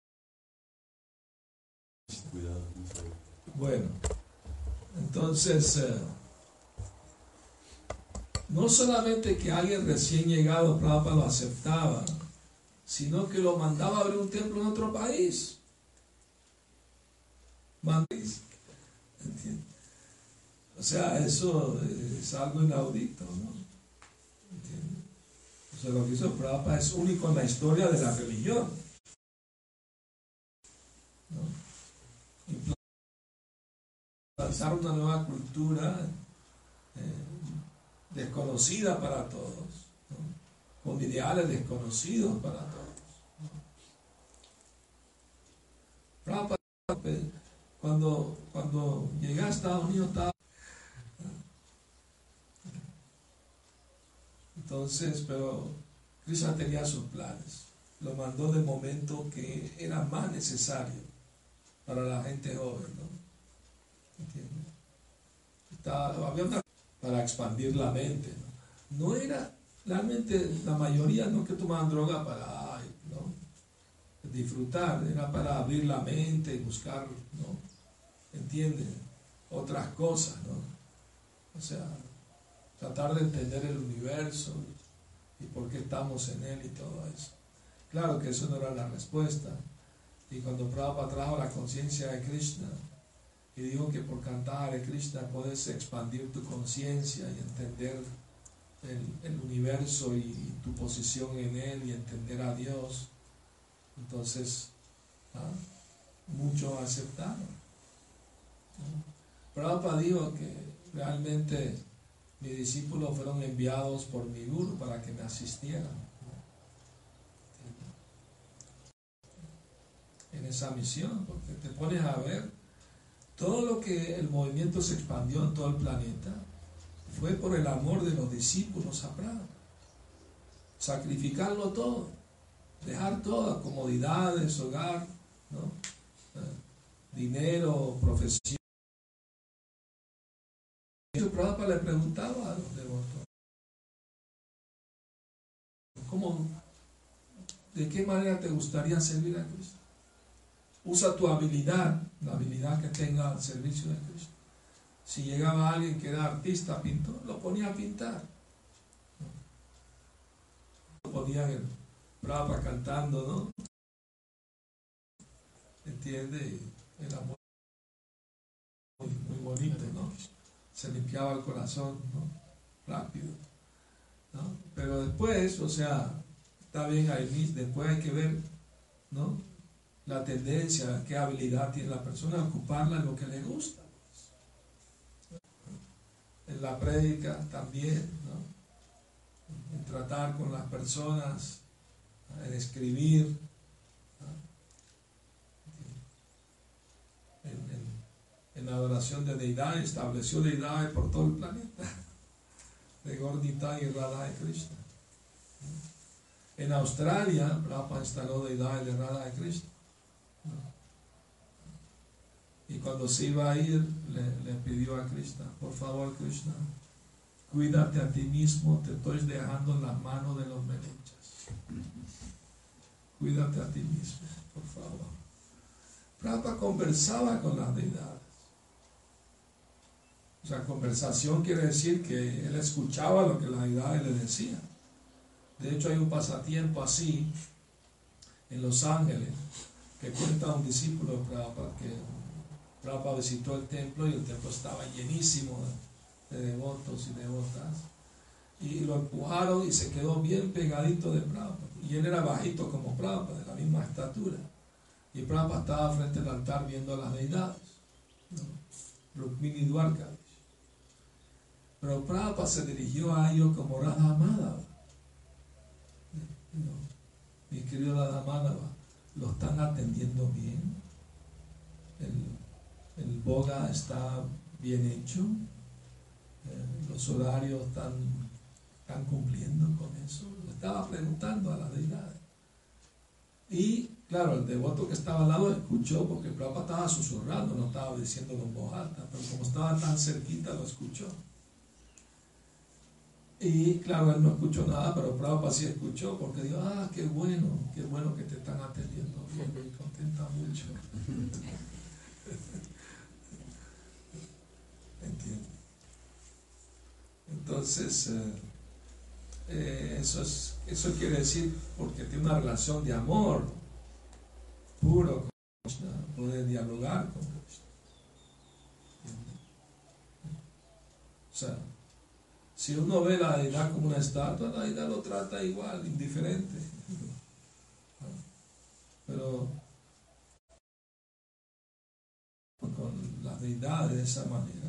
Speaker 4: Cuidado, no sé.
Speaker 1: Bueno, entonces, no solamente que alguien recién llegado, Prabhupada lo aceptaba, sino que lo mandaba a abrir un templo en otro país. ¿Entiendes? O sea, eso es algo inaudito, ¿no? ¿Entiendes? O sea, lo que hizo Prabhupada es único en la historia de la religión, ¿no? Implantar una nueva cultura desconocida para todos, ¿no? Con ideales desconocidos para todos, ¿no? Prabhupada, cuando llegué a Estados Unidos estaba... Entonces, pero Krishna tenía sus planes. Lo mandó de momento que era más necesario para la gente joven, ¿no? ¿Entiendes? Había una para expandir la mente, ¿no? No era, realmente la mayoría no que tomaban droga para, ¿no? Disfrutar, era para abrir la mente y buscar, ¿no? ¿Entiendes? Otras cosas, ¿no? O sea, tratar de entender el universo y por qué estamos en él y todo eso. Claro que eso no era la respuesta. Y cuando Prabhupada trajo la conciencia de Krishna y dijo que por cantar Hare Krishna puedes expandir tu conciencia y entender el universo y tu posición en él y entender a Dios, Entonces, muchos aceptaron. Prabhupada dijo que realmente mis discípulos fueron enviados por mi guru para que me asistieran en esa misión, porque te pones a ver todo lo que el movimiento se expandió en todo el planeta fue por el amor de los discípulos a Prabhupada. Sacrificarlo todo, dejar todo, comodidades, hogar, ¿no? Dinero, profesión. Y Prabhupada le preguntaba a los devotos, ¿de qué manera te gustaría servir a Cristo? Usa tu habilidad, la habilidad que tenga al servicio de Cristo. Si llegaba alguien que era artista, pintor, lo ponía a pintar. Lo ponían el Prabhupada cantando, ¿no? ¿Entiende? Era muy bonito, ¿no? Se limpiaba el corazón, ¿no? Rápido, ¿no? Pero después, o sea, está bien ahí, después hay que ver, ¿no? La tendencia, qué habilidad tiene la persona, ocuparla en lo que le gusta. En la prédica también, ¿no? En tratar con las personas, en escribir, ¿no? En la adoración de deidades, estableció deidades por todo el planeta, de Gordita y Radha de Krishna. En Australia, Prabhupada instaló deidades de Radha de Krishna. Y cuando se iba a ir, le pidió a Krishna, por favor Krishna, cuídate a ti mismo, te estoy dejando en las manos de los melechas. Cuídate a ti mismo, por favor. Prabhupada conversaba con las deidades. O sea, conversación quiere decir que él escuchaba lo que las deidades le decían. De hecho, hay un pasatiempo así en Los Ángeles que cuenta un discípulo de Prabhupada que Prabhupada visitó el templo y el templo estaba llenísimo de devotos y devotas. Y lo empujaron y se quedó bien pegadito de Prabhupada. Y él era bajito como Prabhupada, de la misma estatura. Y Prabhupada estaba frente al altar viendo a las deidades, ¿no? Rukmini Dwarka. Pero Prabhupada se dirigió a ellos como Radha Madhava. ¿No? Mi querido Radha Madhava, ¿lo están atendiendo bien? El boga está bien hecho, los horarios están cumpliendo con eso. Le estaba preguntando a la deidad. Y claro, el devoto que estaba al lado escuchó, porque Prabhupada estaba susurrando, no estaba diciéndolo en voz alta, pero como estaba tan cerquita lo escuchó. Y claro, él no escuchó nada, pero Prabhupada sí escuchó, porque dijo, qué bueno que te están atendiendo bien, me contenta mucho. ¿Entiendes? Entonces, eso quiere decir, porque tiene una relación de amor puro con Krishna, poder dialogar con Krishna. O sea, si uno ve la deidad como una estatua, la deidad lo trata igual, indiferente. Pero con las deidades de esa manera.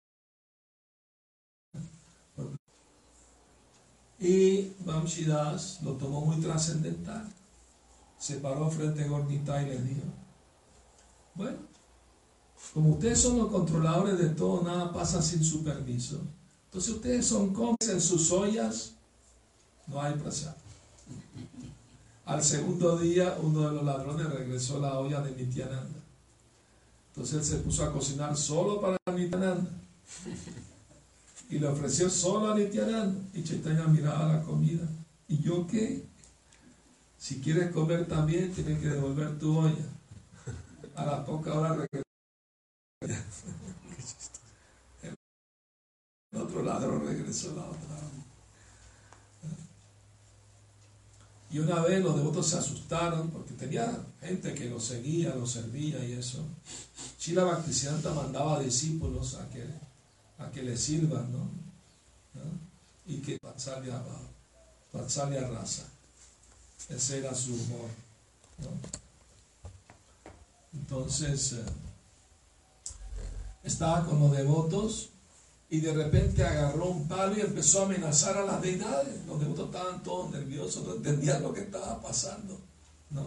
Speaker 1: Y Vamshidas lo tomó muy trascendental. Se paró frente a Gordita y le dijo, bueno, como ustedes son los controladores de todo, nada pasa sin su permiso. Entonces ustedes son cómplices en sus ollas, no hay prasad. Al segundo día, uno de los ladrones regresó a la olla de Nityananda. Entonces él se puso a cocinar solo para Nityananda. Y le ofreció solo a Nityananda. Y Chaitanya miraba la comida. ¿Y yo qué? Si quieres comer también, tienes que devolver tu olla. A las pocas horas regresó. El otro ladrón regresó a la otra. Y una vez los devotos se asustaron porque tenía gente que lo seguía, lo servía y eso. Srila Bhaktisiddhanta mandaba discípulos a que le sirvan, ¿no? Y que Vatsalya Rasa. Ese era su humor. ¿no? Entonces, estaba con los devotos y de repente agarró un palo y empezó a amenazar a las deidades. Los devotos estaban todos nerviosos, no entendían lo que estaba pasando, ¿no?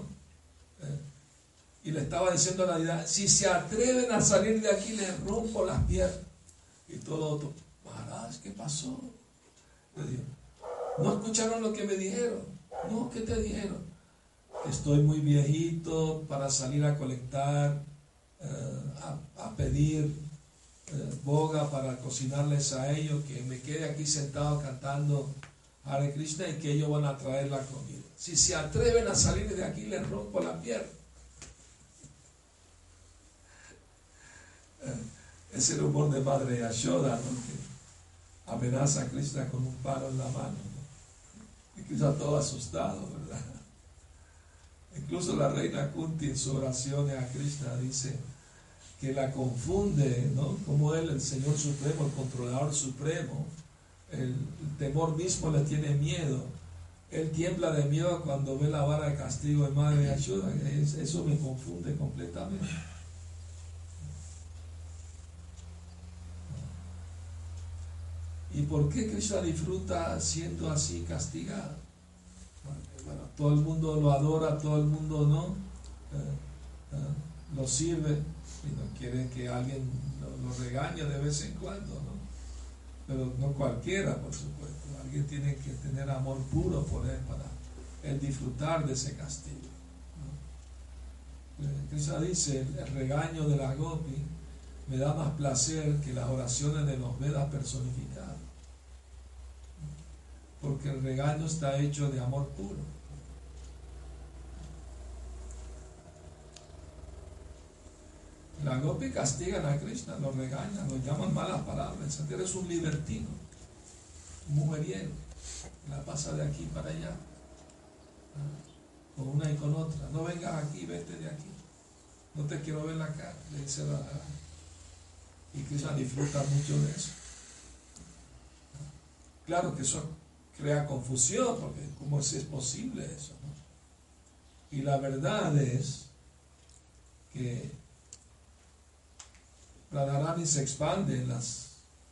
Speaker 1: Y le estaba diciendo a la deidad: si se atreven a salir de aquí, les rompo las piernas. Y todo lo otro: Maharaj, ¿qué pasó? Le digo: ¿no escucharon lo que me dijeron? No, ¿qué te dijeron? Que estoy muy viejito para salir a colectar, a pedir boga para cocinarles a ellos, que me quede aquí sentado cantando Hare Krishna y que ellos van a traer la comida. Si se atreven a salir de aquí, les rompo la pierna. Es el humor de Madre Yashoda, ¿no? Que amenaza a Krishna con un palo en la mano, ¿no? Y Krishna todo asustado, ¿verdad? Incluso la reina Kunti en su oración a Krishna dice que la confunde, ¿no? Como él, el Señor Supremo, el controlador supremo, el temor mismo le tiene miedo. Él tiembla de miedo cuando ve la vara de castigo de Madre Yashoda. Eso me confunde completamente. ¿Y por qué Krishna disfruta siendo así castigado? Bueno, todo el mundo lo adora, todo el mundo no lo sirve y no quiere que alguien lo regañe de vez en cuando, ¿no? Pero no cualquiera, por supuesto. Alguien tiene que tener amor puro por él para él disfrutar de ese castigo, ¿no? Krishna dice: el regaño de la Gopi me da más placer que las oraciones de los Vedas personificados, porque el regaño está hecho de amor puro. La Gopi castigan a Krishna, lo regañan, lo llaman malas palabras. Eres un libertino, un mujeriego, la pasa de aquí para allá, con una y con otra. No vengas aquí, vete de aquí, no te quiero ver la cara, le dice la. Y Krishna disfruta mucho de eso. Claro que eso crea confusión, porque ¿cómo es posible eso, no? Y la verdad es que Radharani se expande en las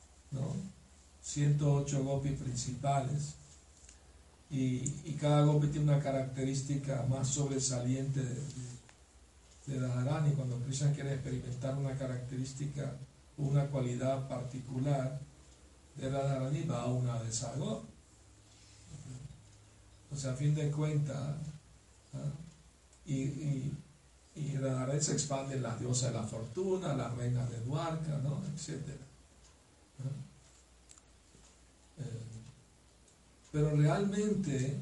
Speaker 1: 108 gopis principales, y cada gopi tiene una característica más sobresaliente de Radharani. Cuando Krishna quiere experimentar una característica, una cualidad particular de Radharani, va a una de esas gopis. O sea, a fin de cuentas, y Radharani se expande en las diosas de la fortuna, las reinas de Dwarka, ¿no? Etcétera. Pero realmente,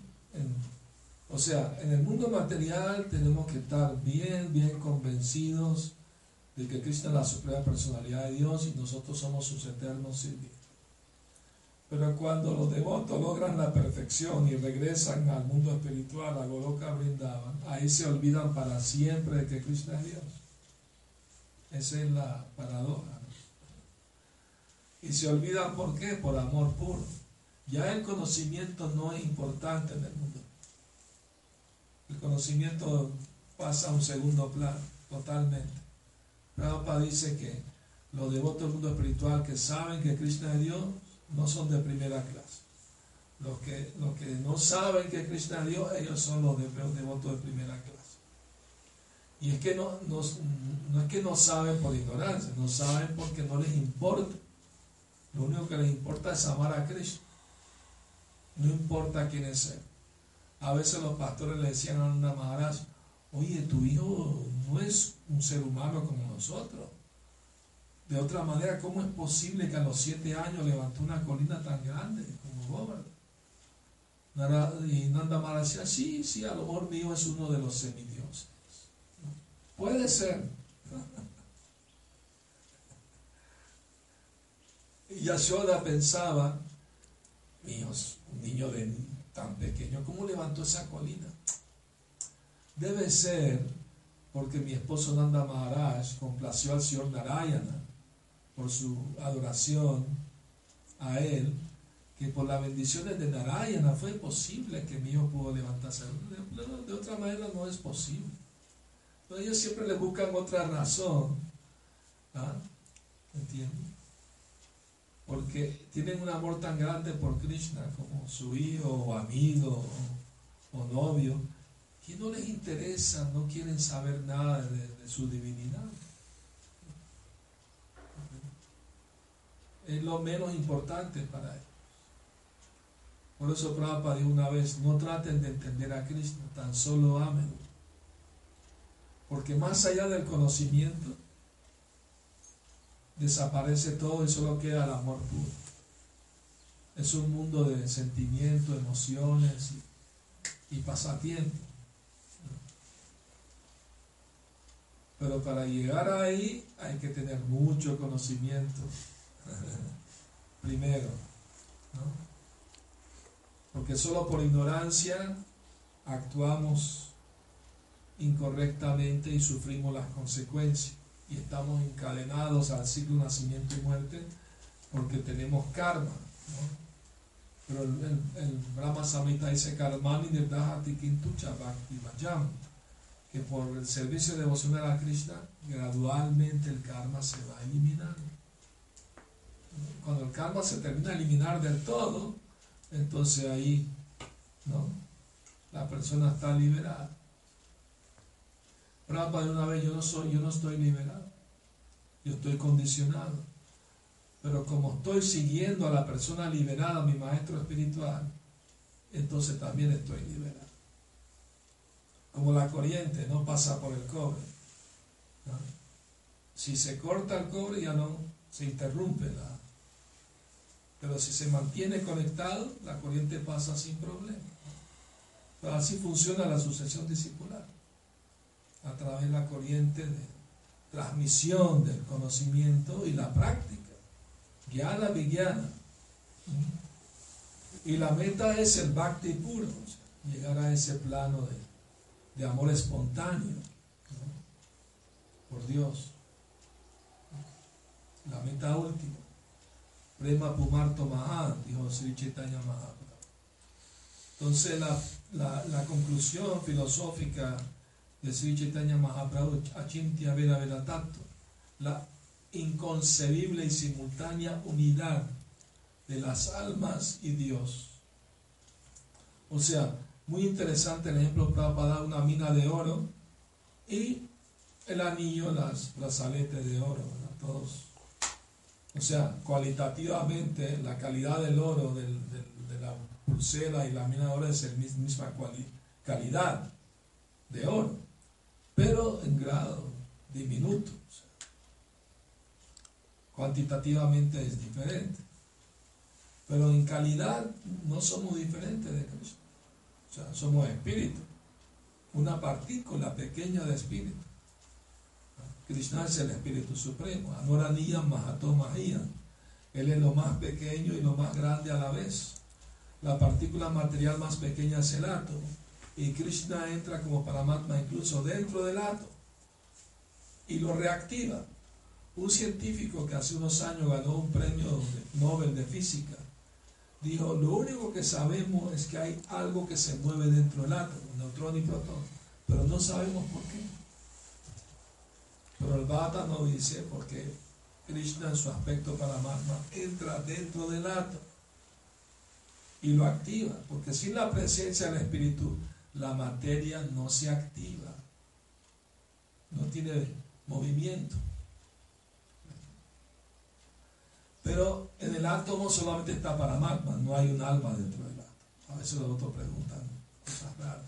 Speaker 1: en el mundo material tenemos que estar bien convencidos de que Krishna es la suprema personalidad de Dios y nosotros somos sus eternos sirvientes. Pero cuando los devotos logran la perfección y regresan al mundo espiritual, a Goloka Vrindavan, ahí se olvidan para siempre de que Krishna es Dios. Esa es la paradoja, ¿no? Y se olvidan, ¿por qué? Por amor puro. Ya el conocimiento no es importante en el mundo. El conocimiento pasa a un segundo plano, totalmente. Prabhupada dice que los devotos del mundo espiritual que saben que Krishna es Dios no son de primera clase. Los que no saben que Krishna es Dios, ellos son los devotos de primera clase. Y es que no es que no saben por ignorancia, no saben porque no les importa. Lo único que les importa es amar a Krishna. No importa quién es él. A veces los pastores le decían a una Maharaj: oye, tu hijo no es un ser humano como nosotros. De otra manera, ¿cómo es posible que a los 7 años levantó una colina tan grande como Govardhan? Y Nanda Maharaj decía: sí, a lo mejor mi hijo es uno de los semidioses. Puede ser. Y Yashoda pensaba: mi hijo es un niño tan pequeño, ¿cómo levantó esa colina? Debe ser porque mi esposo Nanda Maharaj complació al señor Narayana por su adoración a él, que por las bendiciones de Narayana fue posible que mi hijo pudo levantarse. De otra manera no es posible. Entonces ellos siempre le buscan otra razón. ¿Ah? ¿Entienden? Porque tienen un amor tan grande por Krishna como su hijo o amigo o novio, que no les interesa, no quieren saber nada de su divinidad. Es lo menos importante para ellos. Por eso Prabhupada dijo una vez, no traten de entender a Krishna, tan solo ámenlo. Porque más allá del conocimiento, desaparece todo y solo queda el amor puro. Es un mundo de sentimientos, emociones y pasatiempos. Pero para llegar ahí hay que tener mucho conocimiento primero, ¿no? Porque solo por ignorancia actuamos incorrectamente y sufrimos las consecuencias. Y estamos encadenados al ciclo nacimiento y muerte porque tenemos karma, ¿no? Pero el Brahma Samhita dice karmani nirdahati kintucha bhakti vajam, que por el servicio devocional a Krishna gradualmente el karma se va eliminando. Cuando el karma se termina de eliminar del todo, entonces ahí, ¿no?, la persona está liberada. Prabhupada de una vez, yo no estoy liberado, yo estoy condicionado, pero como estoy siguiendo a la persona liberada, mi maestro espiritual, entonces también estoy liberado. Como la corriente no pasa por el cobre, ¿no? Si se corta el cobre ya no se interrumpe pero si se mantiene conectado, la corriente pasa sin problema. Pero así funciona la sucesión discipular, a través de la corriente de transmisión del conocimiento y la práctica, jnana vijnana. Y la meta es el bhakti puro, o sea, llegar a ese plano de amor espontáneo, ¿no?, por Dios. La meta última, prema pumarto maha, dijo Sri Chaitanya Mahaprabhu. Entonces la conclusión filosófica de Sri Chaitanya Mahaprabhu, Achintya Veda Veda Tattva, la inconcebible y simultánea unidad de las almas y Dios. O sea, muy interesante el ejemplo. Prabhupada da una mina de oro y el anillo, las brazaletes de oro, ¿verdad? Todos. O sea, cualitativamente la calidad del oro, de la pulsera y la mina de oro es la misma calidad de oro, pero en grado diminuto. O sea, cuantitativamente es diferente, pero en calidad no somos diferentes de Cristo. O sea, somos espíritu, una partícula pequeña de espíritu. Krishna es el espíritu supremo, Anoraniya Mahato Mahiya. Él es lo más pequeño y lo más grande a la vez. La partícula material más pequeña es el átomo, y Krishna entra como Paramatma incluso dentro del átomo y lo reactiva. Un científico que hace unos años ganó un premio Nobel de física dijo: lo único que sabemos es que hay algo que se mueve dentro del átomo, neutrón y protón, pero no sabemos por qué. Pero el Bhagavatam nos dice porque Krishna en su aspecto Paramatma entra dentro del átomo y lo activa, porque sin la presencia del espíritu la materia no se activa, no tiene movimiento. Pero en el átomo solamente está Paramatma, no hay un alma dentro del átomo. A veces los otros preguntan cosas raras.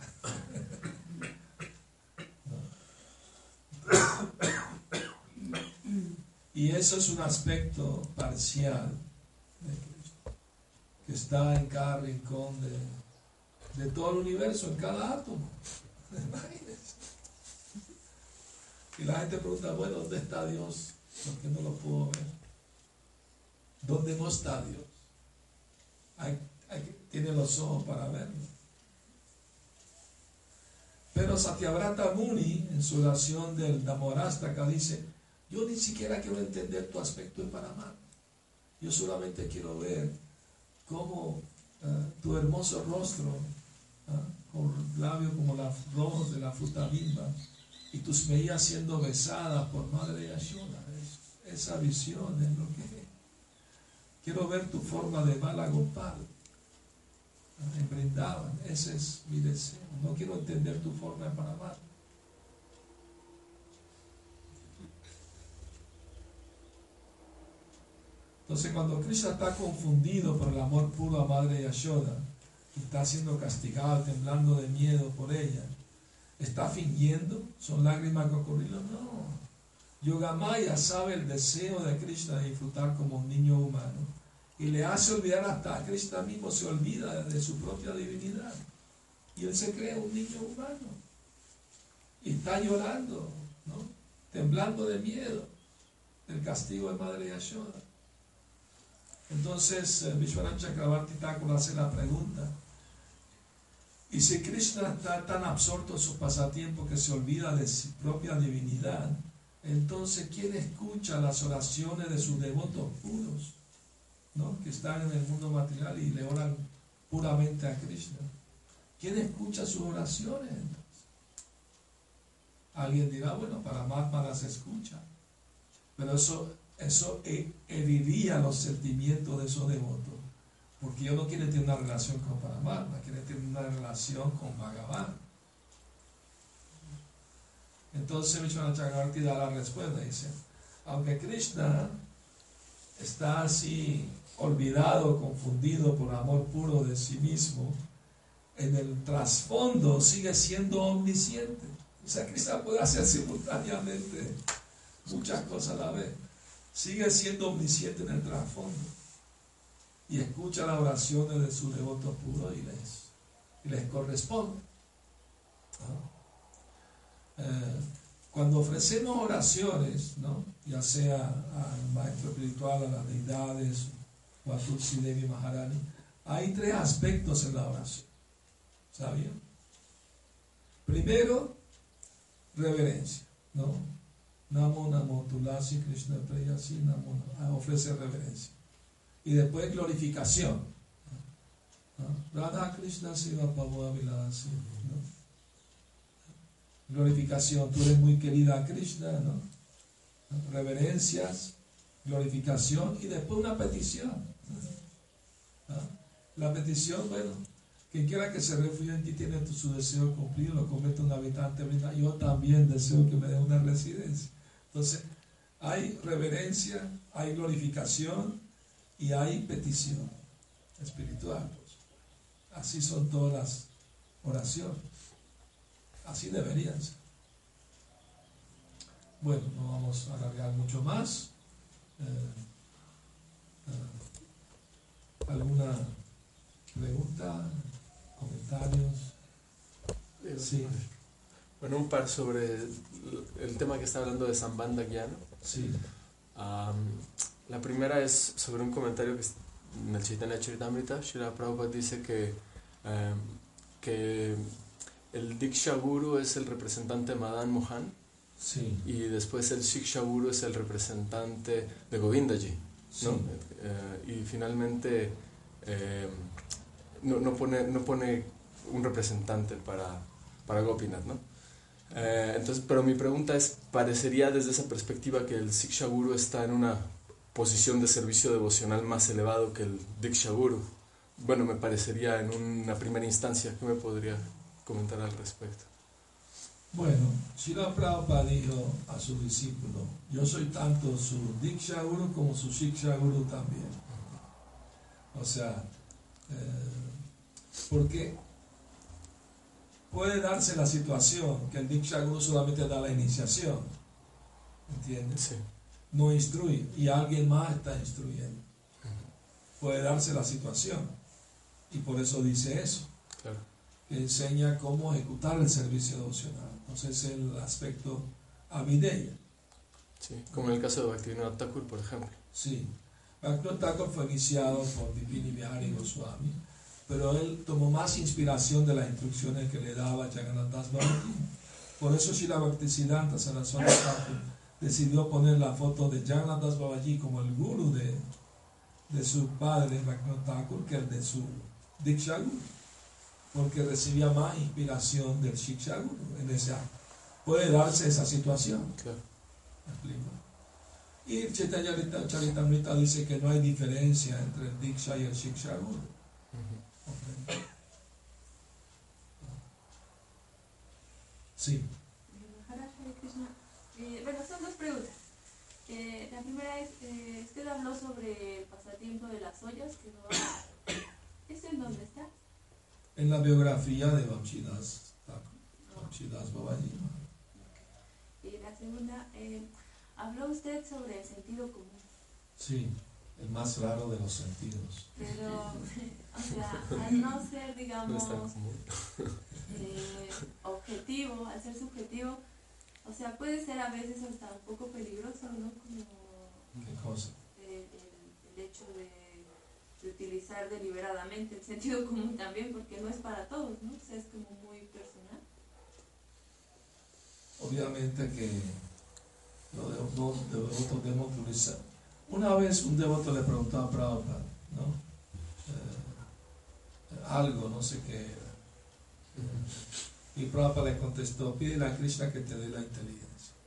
Speaker 1: Y eso es un aspecto parcial de Cristo, que está en cada rincón de todo el universo, en cada átomo. Imagínense. Y la gente pregunta: bueno, ¿dónde está Dios? ¿Por qué no lo puedo ver? ¿Dónde no está Dios? Tiene los ojos para verlo. Pero Satyavrata Muni, en su oración del Damorastaka, dice: yo ni siquiera quiero entender tu aspecto en Paramatma. Yo solamente quiero ver cómo tu hermoso rostro, con labios como los rojos de la fruta bimba, y tus mejillas siendo besadas por Madre Yashoda. Esa visión es lo que quiero ver, tu forma de Bala Gopal en Brindavan. Ese es mi deseo. No quiero entender tu forma de Paramat. Entonces, cuando Krishna está confundido por el amor puro a Madre Yashoda y está siendo castigado, temblando de miedo por ella, ¿está fingiendo? ¿Son lágrimas cocodrilos? No. Yogamaya sabe el deseo de Krishna de disfrutar como un niño humano y le hace olvidar, hasta a Krishna mismo se olvida de su propia divinidad y él se cree un niño humano y está llorando, ¿no? Temblando de miedo del castigo de Madre Yashoda. Entonces Vishwanath Chakravarti Thakur hace la pregunta: ¿y si Krishna está tan absorto en sus pasatiempos que se olvida de su propia divinidad, entonces ¿quién escucha las oraciones de sus devotos puros, ¿no? Que están en el mundo material y le oran puramente a Krishna? ¿Quién escucha sus oraciones entonces? Alguien dirá, bueno, Paramatma las escucha, pero eso heriría los sentimientos de esos devotos, porque ellos no quieren tener una relación con Paramatma, quieren tener una relación con Bhagavan. Entonces Vishwanath Chakravarti da la respuesta, dice: aunque Krishna está así olvidado, confundido por amor puro de sí mismo, en el trasfondo sigue siendo omnisciente. O sea, Krishna puede hacer simultáneamente muchas cosas a la vez. Sigue siendo omnisciente en el trasfondo y escucha las oraciones de sus devotos puros y les corresponde, ¿no? Cuando ofrecemos oraciones, ¿no? Ya sea al maestro espiritual, a las deidades o a Tulsi Devi Maharani, hay tres aspectos en la oración, ¿sabían? Primero, reverencia, ¿no? Namo, Namo, Tulasi, Krishna, Preyasi, Namo, ofrece reverencia. Y después glorificación, ¿no? Radha Krishna Siva Pavo Vilasi, ¿no? Glorificación, tú eres muy querida a Krishna, ¿no? Reverencias, glorificación y después una petición, ¿no? La petición, bueno, quien quiera que se refugie en ti tiene su deseo cumplido, lo comete un habitante, yo también deseo que me dé una residencia. Entonces, hay reverencia, hay glorificación y hay petición espiritual. Así son todas las oraciones. Así deberían ser. Bueno, no vamos a alargar mucho más. ¿Alguna pregunta? ¿Comentarios? Sí.
Speaker 8: Bueno, un par sobre el tema que está hablando de Sambandha Gyana.
Speaker 1: Sí.
Speaker 8: La primera es sobre un comentario que en el Chaitanya Charitamrita, Srila Prabhupada dice que el Diksha Guru es el representante de Madan Mohan,
Speaker 1: sí,
Speaker 8: y después el Shiksha Guru es el representante de Govindaji, ¿no? Sí. Y finalmente no pone un representante para Gopinath, ¿no? Entonces, pero mi pregunta es, parecería desde esa perspectiva que el Shiksha Guru está en una posición de servicio devocional más elevado que el Diksha Guru. Bueno, me parecería en una primera instancia. ¿Qué me podría comentar al respecto?
Speaker 1: Bueno, Srila Prabhupada dijo a su discípulo: yo soy tanto su Diksha Guru como su Shiksha Guru también. O sea, porque puede darse la situación que el Diksha Guru solamente da la iniciación, ¿entiendes?
Speaker 8: Sí.
Speaker 1: No instruye y alguien más está instruyendo. Puede darse la situación y por eso dice eso.
Speaker 8: Claro.
Speaker 1: Que enseña cómo ejecutar el servicio devocional. Entonces es el aspecto avideya.
Speaker 8: Sí, como en el caso de Bhaktivinoda Thakur, por ejemplo.
Speaker 1: Sí, Bhaktivinoda Thakur fue iniciado por Vipini Vihari Goswami, pero él tomó más inspiración de las instrucciones que le daba Jagannath Das Babaji. Por eso Srila Bhaktisiddhanta Saraswati Thakur decidió poner la foto de Jagannath Das Babaji como el guru de de su padre, Bhaktivinoda Thakur, que el de su Diksha Guru, porque recibía más inspiración del Shiksha Guru. Puede darse esa situación.
Speaker 8: Claro.
Speaker 1: ¿Me explico? Y Chaitanya Charitamrita dice que no hay diferencia entre el Diksha y el Shiksha Guru. ¿Comprende? Sí.
Speaker 7: Hare Krishna. Bueno, son dos preguntas. La primera es, usted habló sobre el pasatiempo de las ollas, que no ¿eso en dónde está?
Speaker 1: En la biografía de Vamsidas Thakur, Vamsidas Babaji.
Speaker 7: Y la segunda, habló usted sobre el sentido común.
Speaker 1: Sí, el más raro de los sentidos.
Speaker 7: Pero, o sea, al no ser,
Speaker 8: No
Speaker 7: digamos,
Speaker 8: es tan común.
Speaker 7: objetivo, al ser subjetivo, o sea, puede ser a veces hasta un poco peligroso, ¿no? Como
Speaker 1: ¿Qué cosa?
Speaker 7: el hecho de utilizar deliberadamente el sentido común también, porque no es para todos, ¿no? O sea, es como muy personal.
Speaker 1: Obviamente que los devotos debemos utilizar. Una vez un devoto le preguntó a Prabhupada, ¿no? Algo, no sé qué era. Y Prabhupada le contestó, pídele a Krishna que te dé la inteligencia.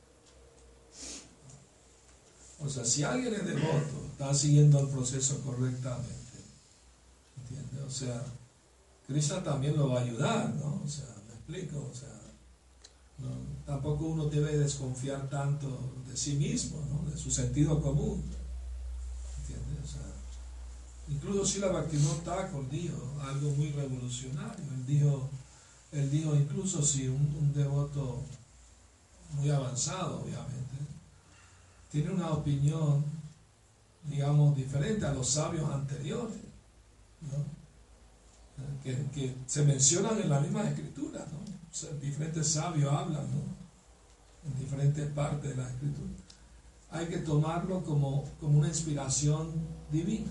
Speaker 1: O sea, si alguien es devoto, está siguiendo el proceso correctamente, ¿entiendes? O sea, Krishna también lo va a ayudar, ¿no? O sea, ¿me explico? O sea, no, tampoco uno debe desconfiar tanto de sí mismo, ¿no? De su sentido común, ¿entiendes? O sea, incluso Srila Bhaktivinoda Thakur dijo algo muy revolucionario. Él dijo incluso si un devoto muy avanzado, obviamente, tiene una opinión, digamos, diferente a los sabios anteriores, ¿no? Que se mencionan en la misma escritura, ¿no? O sea, diferentes sabios hablan, ¿no? En diferentes partes de la escritura. Hay que tomarlo como una inspiración divina,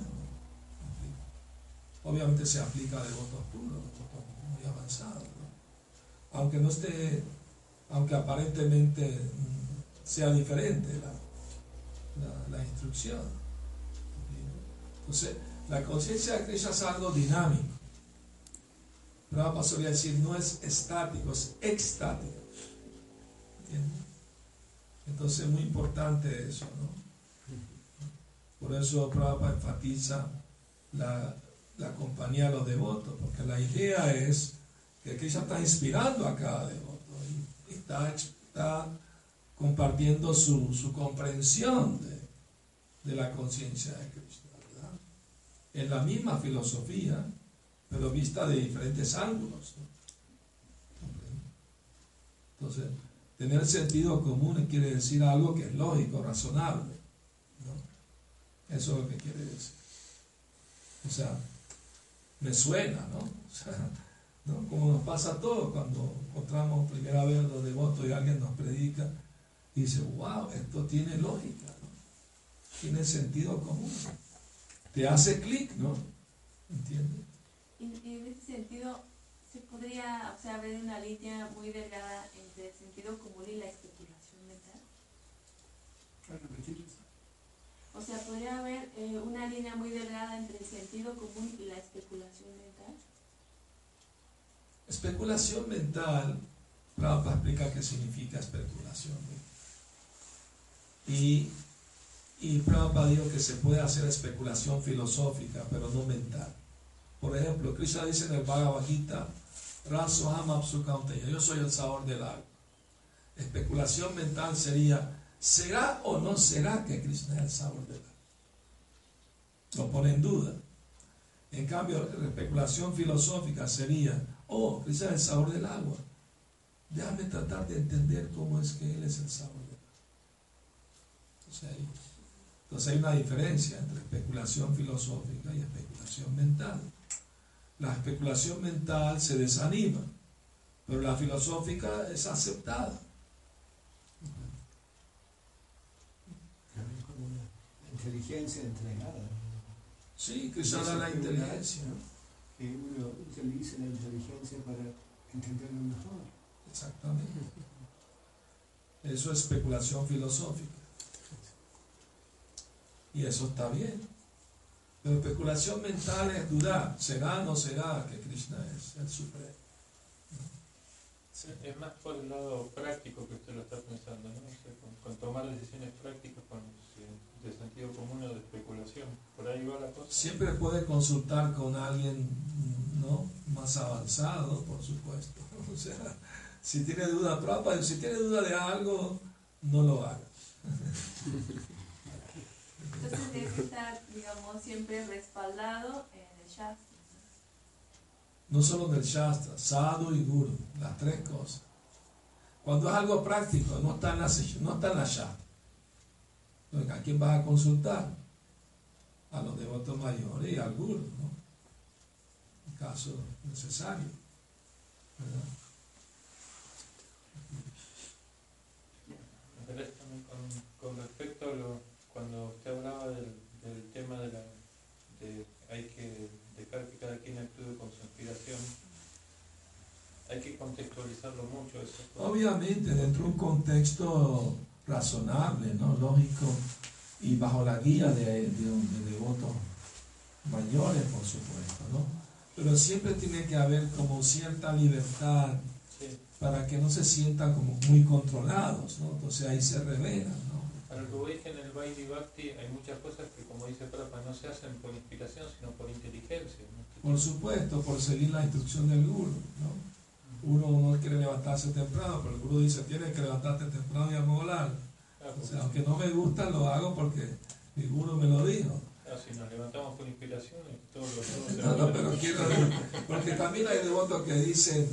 Speaker 1: ¿no? Obviamente se aplica a devotos puros, devotos muy avanzados, ¿no? Aunque aparentemente sea diferente la instrucción. Entonces, la conciencia de Krishna es algo dinámico. Prabhupada solía decir, no es estático, es extático. ¿Entiendes? Entonces es muy importante eso, ¿no? Por eso Prabhupada enfatiza la compañía de los devotos, porque la idea es que Krishna está inspirando a cada devoto y está compartiendo su comprensión de la conciencia de Krishna, ¿verdad? En la misma filosofía, pero vista de diferentes ángulos, ¿no? Entonces, tener sentido común quiere decir algo que es lógico, razonable, ¿no? Eso es lo que quiere decir. O sea, me suena, ¿no? O sea, ¿no? Como nos pasa a todos cuando encontramos primera vez a los devotos y alguien nos predica y dice, wow, esto tiene lógica, ¿no? Tiene sentido común. Te hace clic, ¿no? ¿Entiendes?
Speaker 7: Y en ese sentido, se podría, o sea, ver una línea muy delgada entre el sentido común y la especulación mental. O sea, podría haber una línea muy delgada entre el sentido común y la especulación mental.
Speaker 1: Especulación mental, Prabhupada explica qué significa especulación. Y Prabhupada dijo que se puede hacer especulación filosófica, pero no mental. Por ejemplo, Krishna dice en el Bhagavad Gita, Rasoham Apsu Kaunteya, yo soy el sabor del agua. Especulación mental sería, ¿será o no será que Krishna es el sabor del agua? Lo pone en duda. En cambio, la especulación filosófica sería, oh, Krishna es el sabor del agua. Déjame tratar de entender cómo es que Él es el sabor del agua. Entonces hay una diferencia entre especulación filosófica y especulación mental. La especulación mental se desanima, pero la filosófica es aceptada.
Speaker 9: También como una inteligencia entregada.
Speaker 1: Sí, Krishna da la inteligencia.
Speaker 9: Que uno utilice la inteligencia para entenderlo mejor.
Speaker 1: Exactamente. Eso es especulación filosófica. Y eso está bien. Pero especulación mental es dudar, ¿será o no será que Krishna es el Supremo?
Speaker 2: Sí, es más por el lado práctico que usted lo está pensando, ¿no? O sea, con tomar decisiones prácticas de sentido común o de especulación. Por ahí va la cosa.
Speaker 1: Siempre puede consultar con alguien, ¿no?, más avanzado, por supuesto. O sea, si tiene duda propia, si tiene duda de algo, no lo haga.
Speaker 7: Entonces debe estar, digamos, siempre respaldado en el Shastra.
Speaker 1: No solo del Shastra, Sadhu y Guru, las tres cosas. Cuando es algo práctico, no está en la Shastra. Entonces, ¿a quién vas a consultar? A los devotos mayores y al Guru, ¿no? En caso necesario, ¿verdad?
Speaker 2: Con respecto a cuando usted hablaba del tema de hay que dejar que cada quien actúe con su inspiración, hay que contextualizarlo mucho eso.
Speaker 1: Obviamente, dentro de un contexto razonable, ¿no?, lógico, y bajo la guía de devotos mayores, por supuesto, ¿no? Pero siempre tiene que haber como cierta libertad,
Speaker 2: sí,
Speaker 1: para que no se sientan como muy controlados, ¿no? Entonces ahí se revelan, ¿no?
Speaker 2: Para lo que voy es que en el Vaidhi Bhakti hay muchas cosas que, como dice Prabhupada, no se hacen por inspiración, sino por inteligencia, ¿no?
Speaker 1: Por supuesto, por seguir la instrucción del Guru, ¿no? Uno no quiere levantarse temprano, pero el Guru dice, tienes que levantarte temprano y amolar. O sea, aunque no me gusta, lo hago porque mi Guru me lo dijo.
Speaker 2: Si nos levantamos con inspiración, todo
Speaker 1: No, pero quiero decir, porque también hay devotos que dicen,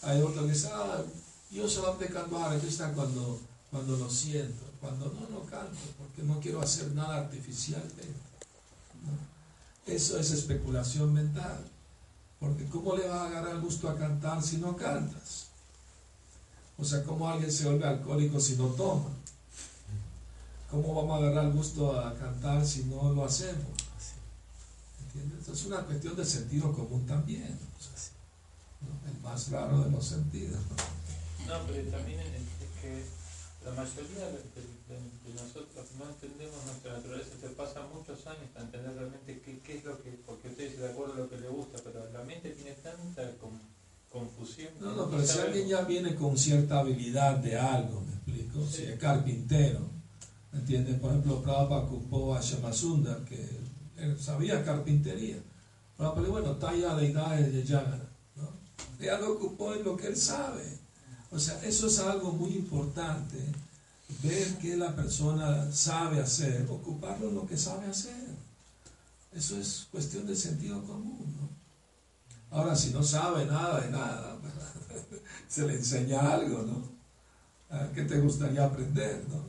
Speaker 1: yo solamente canto a Hare Krishna cuando lo siento, cuando no canto, porque no quiero hacer nada artificialmente, ¿no? Eso es especulación mental, porque ¿cómo le vas a agarrar gusto a cantar si no cantas? O sea, ¿cómo alguien se vuelve alcohólico si no toma? ¿Cómo vamos a agarrar gusto a cantar si no lo hacemos? ¿Entiendes? Es una cuestión de sentido común también, o sea, ¿no? El más raro de los sentidos, ¿no?
Speaker 2: No, pero también es que la mayoría de nosotros no entendemos nuestra naturaleza. Se pasan muchos años para entender realmente qué es lo que, porque usted dice de acuerdo a lo que le gusta, pero la mente tiene tanta confusión.
Speaker 1: No, pero si alguien ya viene con cierta habilidad de algo, ¿me explico?
Speaker 2: Sí.
Speaker 1: Si es carpintero, ¿me entiendes? Por ejemplo, Prabhupada ocupó a Shamasundar, que él sabía carpintería. Prabhupada, bueno, talla deidades de Yagana, ¿no? Ya lo ocupó en lo que él sabe. O sea, eso es algo muy importante, ver qué la persona sabe hacer, ocuparlo en lo que sabe hacer. Eso es cuestión de sentido común, ¿no? Ahora, si no sabe nada de nada, se le enseña algo, ¿no? ¿Qué te gustaría aprender, no?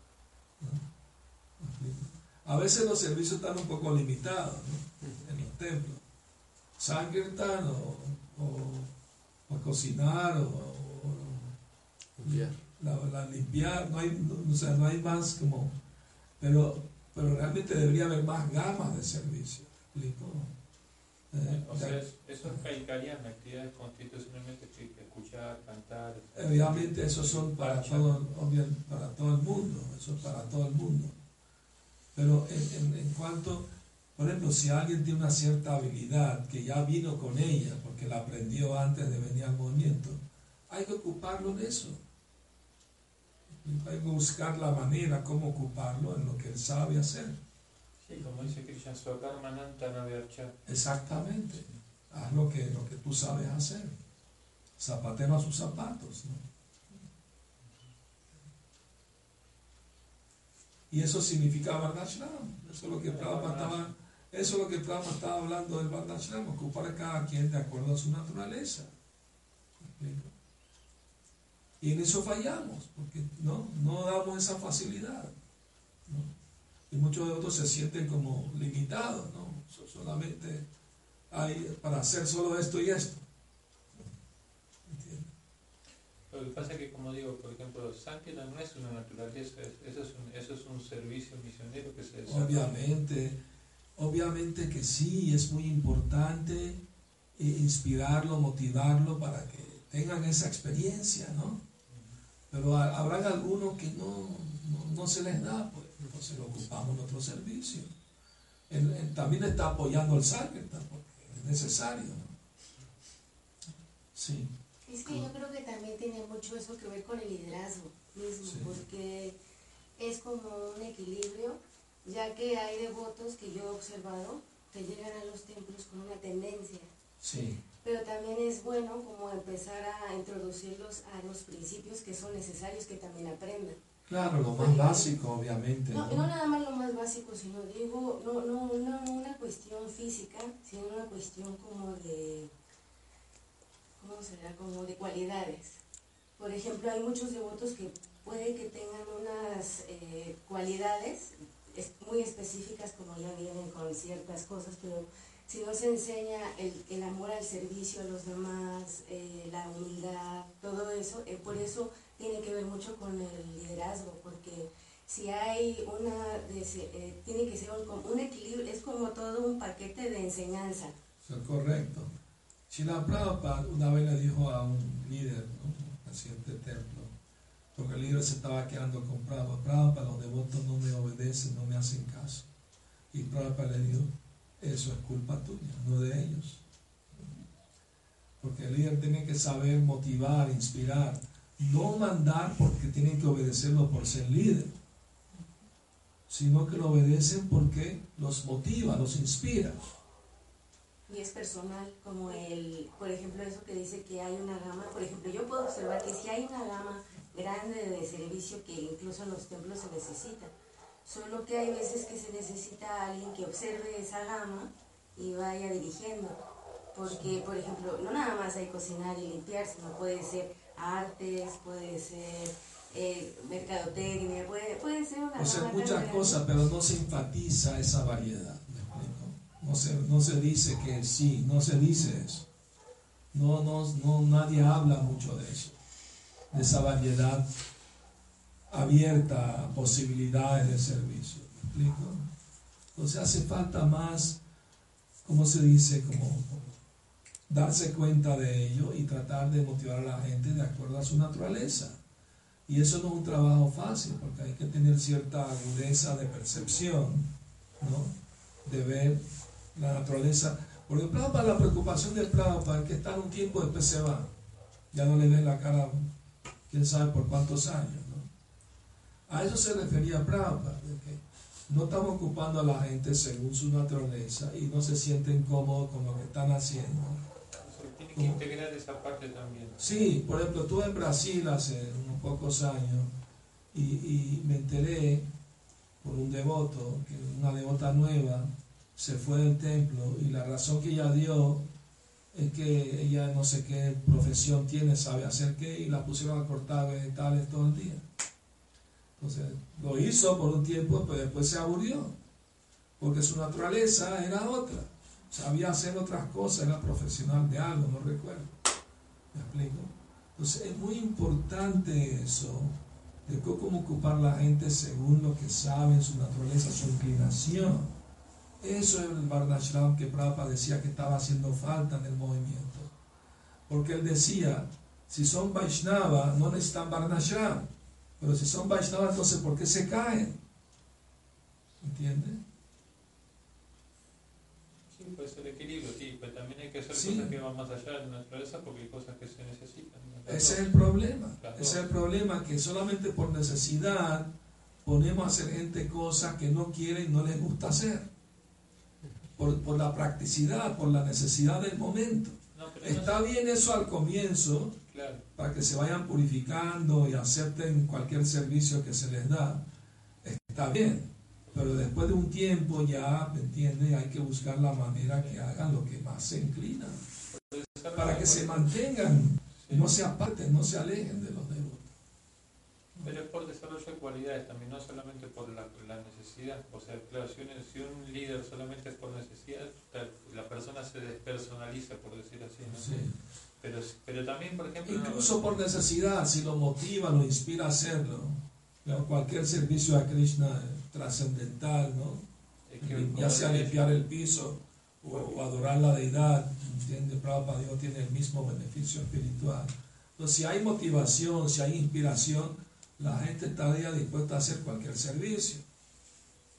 Speaker 1: A veces los servicios están un poco limitados, ¿no?, en los templos. Sankirtan o cocinar o limpiar, no hay más como, pero realmente debería haber más gamas de servicio, ¿explico?
Speaker 2: O sea, eso es kaikariana, actividades constitucionalmente que escuchar, cantar.
Speaker 1: Obviamente esos son para todo el mundo, eso es para todo el mundo. Pero en cuanto, por ejemplo, si alguien tiene una cierta habilidad que ya vino con ella, porque la aprendió antes de venir al movimiento, hay que ocuparlo en eso. Hay que buscar la manera como ocuparlo en lo que él sabe hacer.
Speaker 2: Sí, como dice Krishna, Swakarmananta Navyarcha.
Speaker 1: Exactamente. Haz lo que tú sabes hacer. Zapatero a sus zapatos, ¿no? Y eso significa Varnashram. Eso es lo que Prabhupada estaba hablando del Varnashram, ocupar a cada quien de acuerdo a su naturaleza. Y en eso fallamos, porque no damos esa facilidad, ¿no? Y muchos de otros se sienten como limitados, ¿no? Solamente hay para hacer solo esto y esto. ¿Entiendes?
Speaker 2: Lo que pasa es que, como digo, por ejemplo, Sankirtan no es una naturaleza, eso es un servicio misionero que se desarrolla.
Speaker 1: Obviamente que sí, es muy importante inspirarlo, motivarlo para que tengan esa experiencia, ¿no? Pero habrán algunos que no se les da, pues entonces lo ocupamos en otro servicio. él también está apoyando el Sankirtan, porque es necesario, ¿no? Sí.
Speaker 3: Es que yo creo que también tiene mucho eso que ver con el liderazgo mismo,
Speaker 1: Sí.
Speaker 3: porque es como un equilibrio, ya que hay devotos que yo he observado que llegan a los templos con una tendencia,
Speaker 1: Sí,
Speaker 3: pero también es bueno como empezar a introducirlos a los principios que son necesarios que también aprendan.
Speaker 1: claro, lo más básico, obviamente,
Speaker 3: No,
Speaker 1: ¿no?
Speaker 3: no nada más lo más básico, sino digo, no una cuestión física, sino una cuestión como de, ¿cómo será? Como de cualidades. Por ejemplo, hay muchos devotos que puede que tengan unas cualidades muy específicas, como ya vienen con ciertas cosas, pero si no se enseña el amor al servicio a los demás, la humildad, todo eso, por eso tiene que ver mucho con el liderazgo, porque si hay tiene que ser un equilibrio, es como todo un paquete de enseñanza.
Speaker 1: Eso es correcto. Srila Prabhupada una vez le dijo a un líder, ¿no?, un presidente del templo, porque el líder se estaba quedando con Prabhupada: Prabhupada, los devotos no me obedecen, no me hacen caso. Y Prabhupada le dijo: eso es culpa tuya, no de ellos. Porque el líder tiene que saber motivar, inspirar, no mandar porque tienen que obedecerlo por ser líder, sino que lo obedecen porque los motiva, los inspira.
Speaker 3: Y es personal, como por ejemplo, eso que dice que hay una gama. Por ejemplo, yo puedo observar que si hay una gama grande de servicio que incluso en los templos se necesita, solo que hay veces que se necesita a alguien que observe esa gama y vaya dirigiendo, porque por ejemplo, no nada más hay cocinar y limpiar, sino puede ser artes, puede ser mercadotecnia, puede ser una
Speaker 1: O sea,
Speaker 3: gama tan
Speaker 1: muchas
Speaker 3: grande.
Speaker 1: cosas, pero no se enfatiza esa variedad, ¿me explico? No se dice que sí, no se dice eso. No, nadie habla mucho de eso, de esa variedad abierta a posibilidades de servicio, ¿me explico? Entonces hace falta más, ¿cómo se dice? Como darse cuenta de ello y tratar de motivar a la gente de acuerdo a su naturaleza. Y eso no es un trabajo fácil, porque hay que tener cierta agudeza de percepción, ¿no?, de ver la naturaleza. Porque Prabhupada, la preocupación de Prabhupada es que está en un tiempo y después se va. Ya no le ven la cara, quién sabe por cuántos años, ¿no? A eso se refería Prabhupada, de que no estamos ocupando a la gente según su naturaleza y no se sienten cómodos con lo que están haciendo.
Speaker 2: Tiene que integrar esa parte también.
Speaker 1: Sí, por ejemplo, estuve en Brasil hace unos pocos años y me enteré por un devoto, que una devota nueva se fue del templo, y la razón que ella dio es que ella no sé qué profesión tiene, sabe hacer qué, y la pusieron a cortar vegetales todo el día. Entonces lo hizo por un tiempo, pero después se aburrió, porque su naturaleza era otra, sabía hacer otras cosas, era profesional de algo, no recuerdo. ¿Me explico? Entonces es muy importante eso, de cómo ocupar la gente según lo que saben, su naturaleza, su inclinación. Eso es el Varnashram que Prabhupada decía que estaba haciendo falta en el movimiento. Porque él decía, si son Vaishnava no necesitan Varnashram, pero si son Vaishnava, entonces ¿por qué se caen? ¿Entiendes?
Speaker 2: Sí, pues el equilibrio, sí, pero también hay que hacer
Speaker 1: Sí.
Speaker 2: cosas que van más allá de la naturaleza porque hay cosas que se necesitan.
Speaker 1: Ese es el problema.
Speaker 2: Claro.
Speaker 1: Ese es el problema, que solamente por necesidad ponemos a hacer gente cosas que no quieren, no les gusta hacer. Por la practicidad, por la necesidad del momento.
Speaker 2: No, pero
Speaker 1: Está bien eso al comienzo,
Speaker 2: claro.
Speaker 1: para que se vayan purificando y acepten cualquier servicio que se les da. Está bien, pero después de un tiempo ya, ¿me entiendes?, hay que buscar la manera que hagan lo que más se inclinan, para que se mantengan,
Speaker 2: Sí.
Speaker 1: no se aparten, no se alejen de los devotos.
Speaker 2: Pero es por desarrollo de cualidades también, no solamente por la necesidad. O sea, claro, si un líder solamente es por necesidad, la persona se despersonaliza, por decir así, ¿no?
Speaker 1: Sí.
Speaker 2: Pero también, por ejemplo...
Speaker 1: Incluso por necesidad, si lo motiva, lo inspira a hacerlo. Cualquier servicio a Krishna trascendental, ¿no? Ya sea limpiar el piso o adorar la deidad, ¿entiende? Prabhupada Dios tiene el mismo beneficio espiritual. Entonces, si hay motivación, si hay inspiración, la gente estaría dispuesta a hacer cualquier servicio.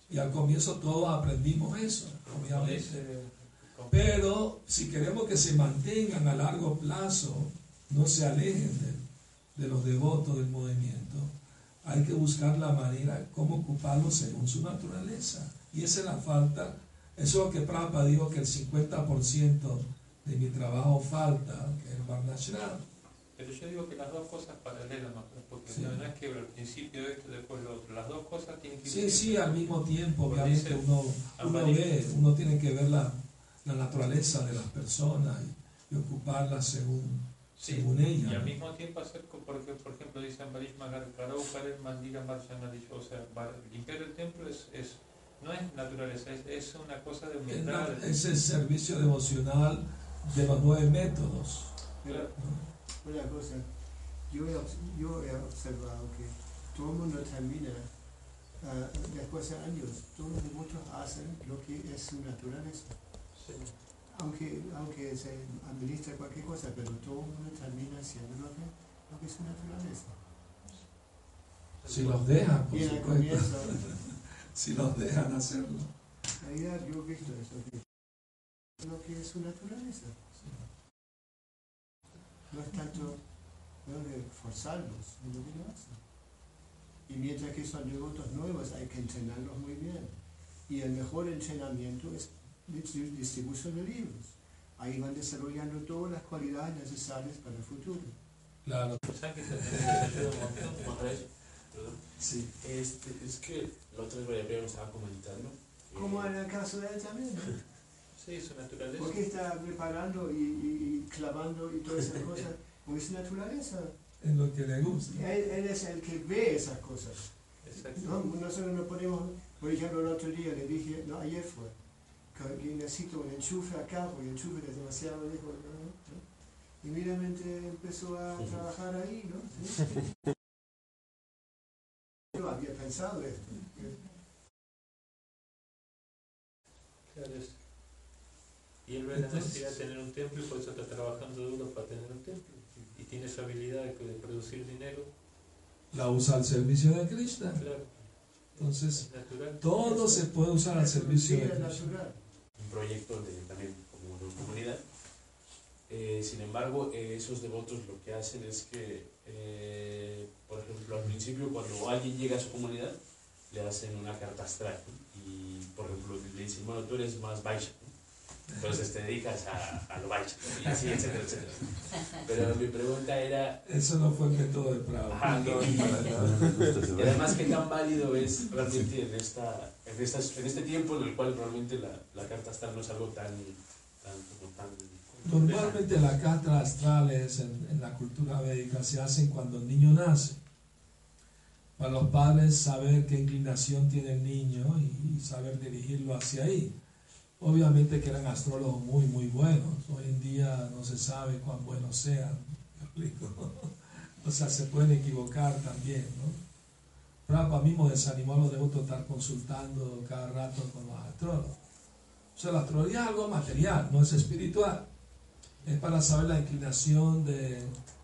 Speaker 1: Y al comienzo todos aprendimos eso, obviamente. Pero si queremos que se mantengan a largo plazo, no se alejen de los devotos del movimiento, hay que buscar la manera cómo ocuparlos según su naturaleza. Y esa es la falta, eso es lo que Prabhupada dijo, que el 50% de mi trabajo falta, que es el Varnashram.
Speaker 2: Pero yo digo que las dos cosas paralelas, ¿no? Porque
Speaker 1: Sí.
Speaker 2: no es que al principio esto, después lo otro. Las dos cosas tienen que ir.
Speaker 1: Sí, sí, al mismo tiempo,
Speaker 2: Porque
Speaker 1: obviamente
Speaker 2: dice
Speaker 1: uno tiene que ver la naturaleza de las personas y ocuparlas según
Speaker 2: Y
Speaker 1: ellas.
Speaker 2: al mismo tiempo hacer, porque por ejemplo dice Ambarish Magar, Karau Karen Mandira Marshanarish, o sea, limpiar el templo no es naturaleza, es una cosa de humildad.
Speaker 1: Es el servicio devocional de los 9 métodos.
Speaker 9: Mira, una cosa, yo he observado que todo el mundo termina, después de años, todos los devotos hacen lo que es su naturaleza.
Speaker 2: Sí.
Speaker 9: Aunque se administra cualquier cosa, pero todo el mundo termina haciendo lo que es su naturaleza.
Speaker 1: Si los dejan, por
Speaker 9: Y en el
Speaker 1: supuesto.
Speaker 9: comienzo,
Speaker 1: Si los dejan hacerlo.
Speaker 9: en realidad yo he visto eso, que lo que es su naturaleza. No es tanto de forzarlos en lo que lo hacen. Y mientras que son devotos nuevos hay que entrenarlos muy bien. Y el mejor entrenamiento es distribución de libros. Ahí van desarrollando todas las cualidades necesarias para el futuro.
Speaker 1: Claro.
Speaker 2: ¿Sabes que te ayuda un montón?
Speaker 6: Contra eso, perdón.
Speaker 1: Sí.
Speaker 6: Es que la otra vez María me estaba comentando.
Speaker 9: Como en el caso de él también, ¿no?
Speaker 2: Sí, su naturaleza.
Speaker 9: Porque está preparando y clavando y todas esas cosas, porque es naturaleza.
Speaker 1: Es lo que le gusta.
Speaker 9: Él es el que ve esas cosas.
Speaker 2: Exacto.
Speaker 9: No, nosotros no podemos, por ejemplo, el otro día le dije, no, ayer fue, que necesito un enchufe acá, porque el enchufe es demasiado lejos, ¿no? Y inmediatamente empezó a trabajar ahí, ¿no? ¿Sí? Yo había pensado esto.
Speaker 2: Claro, y él ve la necesidad de tener un templo y por eso está trabajando duro para tener un templo. Y tiene esa habilidad de producir dinero.
Speaker 1: La usa al servicio de Krishna.
Speaker 2: Claro.
Speaker 1: Entonces,
Speaker 2: Es natural.
Speaker 1: todo se puede usar al servicio de
Speaker 9: Es
Speaker 1: Krishna.
Speaker 9: natural.
Speaker 6: Un proyecto también como de comunidad. Sin embargo, esos devotos lo que hacen es que, por ejemplo, al principio cuando alguien llega a su comunidad, le hacen una carta astral, ¿no? Y, por ejemplo, le dicen, bueno, tú eres más Vaishya, ¿no? Entonces te dedicas a lo Vaishya, ¿no? Y así, etcétera, etcétera. Pero mi pregunta era...
Speaker 1: Eso no fue el método de Prabhupada.
Speaker 6: Ajá, y además, ¿qué tan válido es realmente en este tiempo en el cual realmente la carta astral no es algo tan
Speaker 1: Normalmente las cartas astrales en la cultura védica se hacen cuando el niño nace. Para los padres saber qué inclinación tiene el niño y saber dirigirlo hacia ahí. Obviamente que eran astrólogos muy, muy buenos. Hoy en día no se sabe cuán buenos sean. ¿Me explico? O sea, se pueden equivocar también, ¿no? Prabhupada mismo desanimó a los devotos a estar consultando cada rato con los astrólogos. O sea, la astrología es algo material, no es espiritual. Es para saber la inclinación de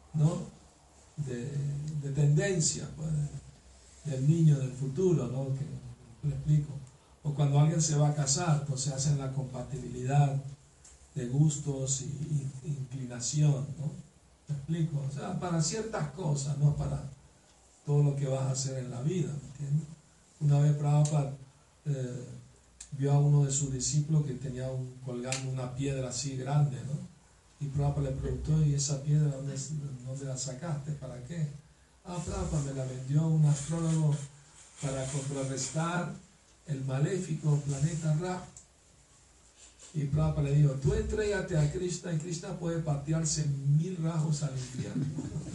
Speaker 1: tendencia, pues, del niño del futuro, ¿no? Que le explico. O cuando alguien se va a casar, entonces hacen la compatibilidad de gustos y inclinación, ¿no? ¿Me explico? O sea, para ciertas cosas, no para todo lo que vas a hacer en la vida, ¿me entiendes? Una vez Prabhupada vio a uno de sus discípulos que tenía colgando una piedra así grande, ¿no? Y Prabhupada le preguntó, ¿y esa piedra dónde la sacaste? ¿Para qué? Ah, Prabhupada me la vendió un astrólogo para contrarrestar el maléfico planeta Ra. Y Prabhupada le dijo, tú entrégate a Krishna y Krishna puede patearse 1000 rajos al infierno.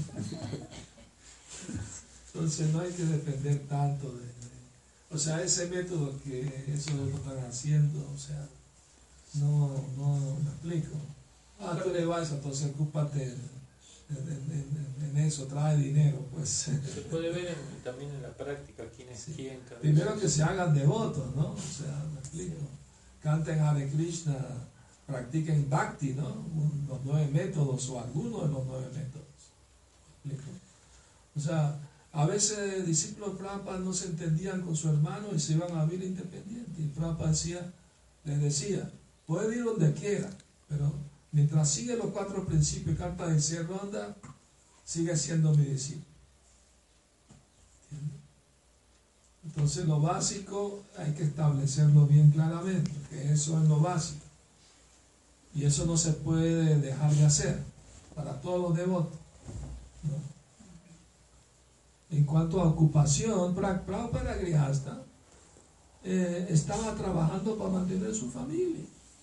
Speaker 1: Entonces no hay que depender tanto o sea, ese método que eso lo están haciendo, o sea, no me explico. Ah, tú le vas, entonces ocúpate en eso, trae dinero, pues.
Speaker 2: Se puede ver también en la práctica quién es quién.
Speaker 1: Primero que se hagan devotos, ¿no? O sea, me explico. Canten Hare Krishna, practiquen Bhakti, ¿no? Los 9 métodos o algunos de los 9 métodos. ¿Me explico? O sea, A veces discípulos de Prabhupada no se entendían con su hermano y se iban a vivir independientes. Y Prabhupada les decía, puede ir donde quiera, pero mientras sigue los 4 principios y carta de cierre ronda, sigue siendo mi discípulo. ¿Entiendes? Entonces lo básico hay que establecerlo bien claramente, que eso es lo básico. Y eso no se puede dejar de hacer para todos los devotos, ¿no? En cuanto a ocupación, Prabhupada Grihasta estaba trabajando para mantener su familia.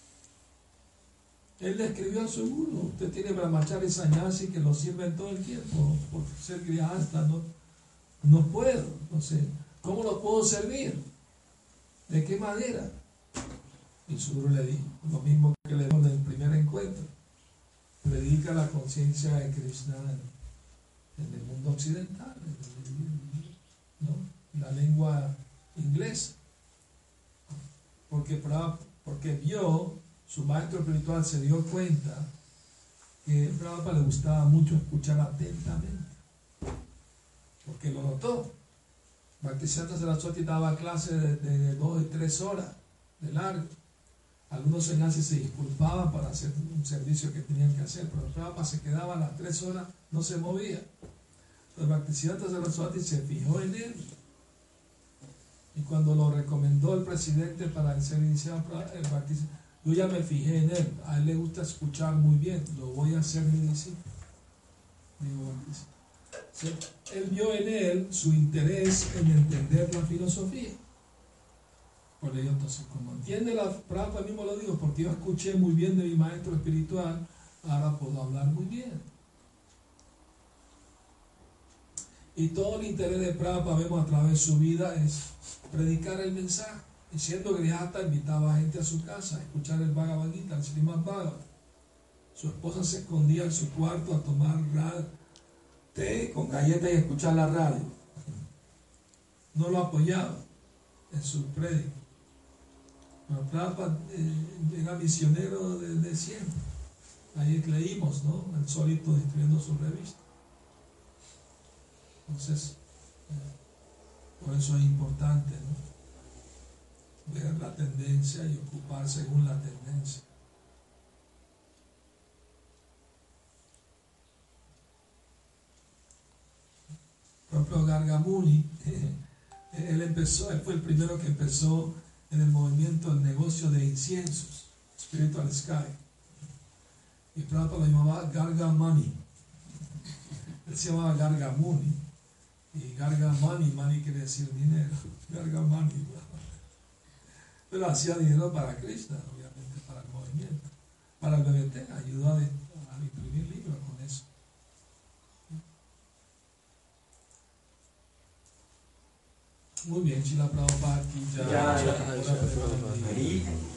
Speaker 1: Él le escribió a su guru, usted tiene brahmachari sannyasi que lo sirven todo el tiempo, por ser grihasta no puedo, no sé, ¿cómo lo puedo servir? ¿De qué manera? Y su guru le dijo, lo mismo que le dijo en el primer encuentro, predica la conciencia de Krishna en el mundo occidental, ¿no? La lengua inglesa, porque vio, su maestro espiritual se dio cuenta que a Prabhupada le gustaba mucho escuchar atentamente, porque lo notó. Bhaktisiddhanta Saraswati daba clases de 2 y 3 horas de largo. Algunos sannyasis se disculpaban para hacer un servicio que tenían que hacer, pero Prabhupada se quedaba a las 3 horas, no se movía. Entonces Bhaktisiddhanta Saraswati se fijó en él, y cuando lo recomendó el presidente para ser iniciado, yo ya me fijé en él, a él le gusta escuchar muy bien, lo voy a hacer mi discípulo. Él vio en él su interés en entender la filosofía. Por ello, entonces, como entiende la Prabhupada mismo lo digo, porque yo escuché muy bien de mi maestro espiritual, ahora puedo hablar muy bien. Y todo el interés de Prabhupada, vemos a través de su vida, es predicar el mensaje. Y siendo grihasta, invitaba a gente a su casa a escuchar el Bhagavad Gita, el Srimad Bhagavatam. Su esposa se escondía en su cuarto a tomar té con galletas y escuchar la radio. No lo apoyaba en su prédica. Pero Prabhupada era misionero desde siempre. Ahí leímos, ¿no? El solito distribuyendo su revista. Entonces, por eso es importante, ¿no? Ver la tendencia y ocupar según la tendencia. Por ejemplo, Garga Muni, él fue el primero que empezó en el movimiento, el negocio de inciensos, Spiritual Sky. Y Prabhupada lo llamaba Garga Mani. Él se llamaba Garga Muni. Y Garga Mani quiere decir dinero. Garga Mani. Pero hacía dinero para Krishna, obviamente, para el movimiento. Para el BBT, ayudó a imprimir libros con eso. Muy bien, Srila Prabhupada aquí ya.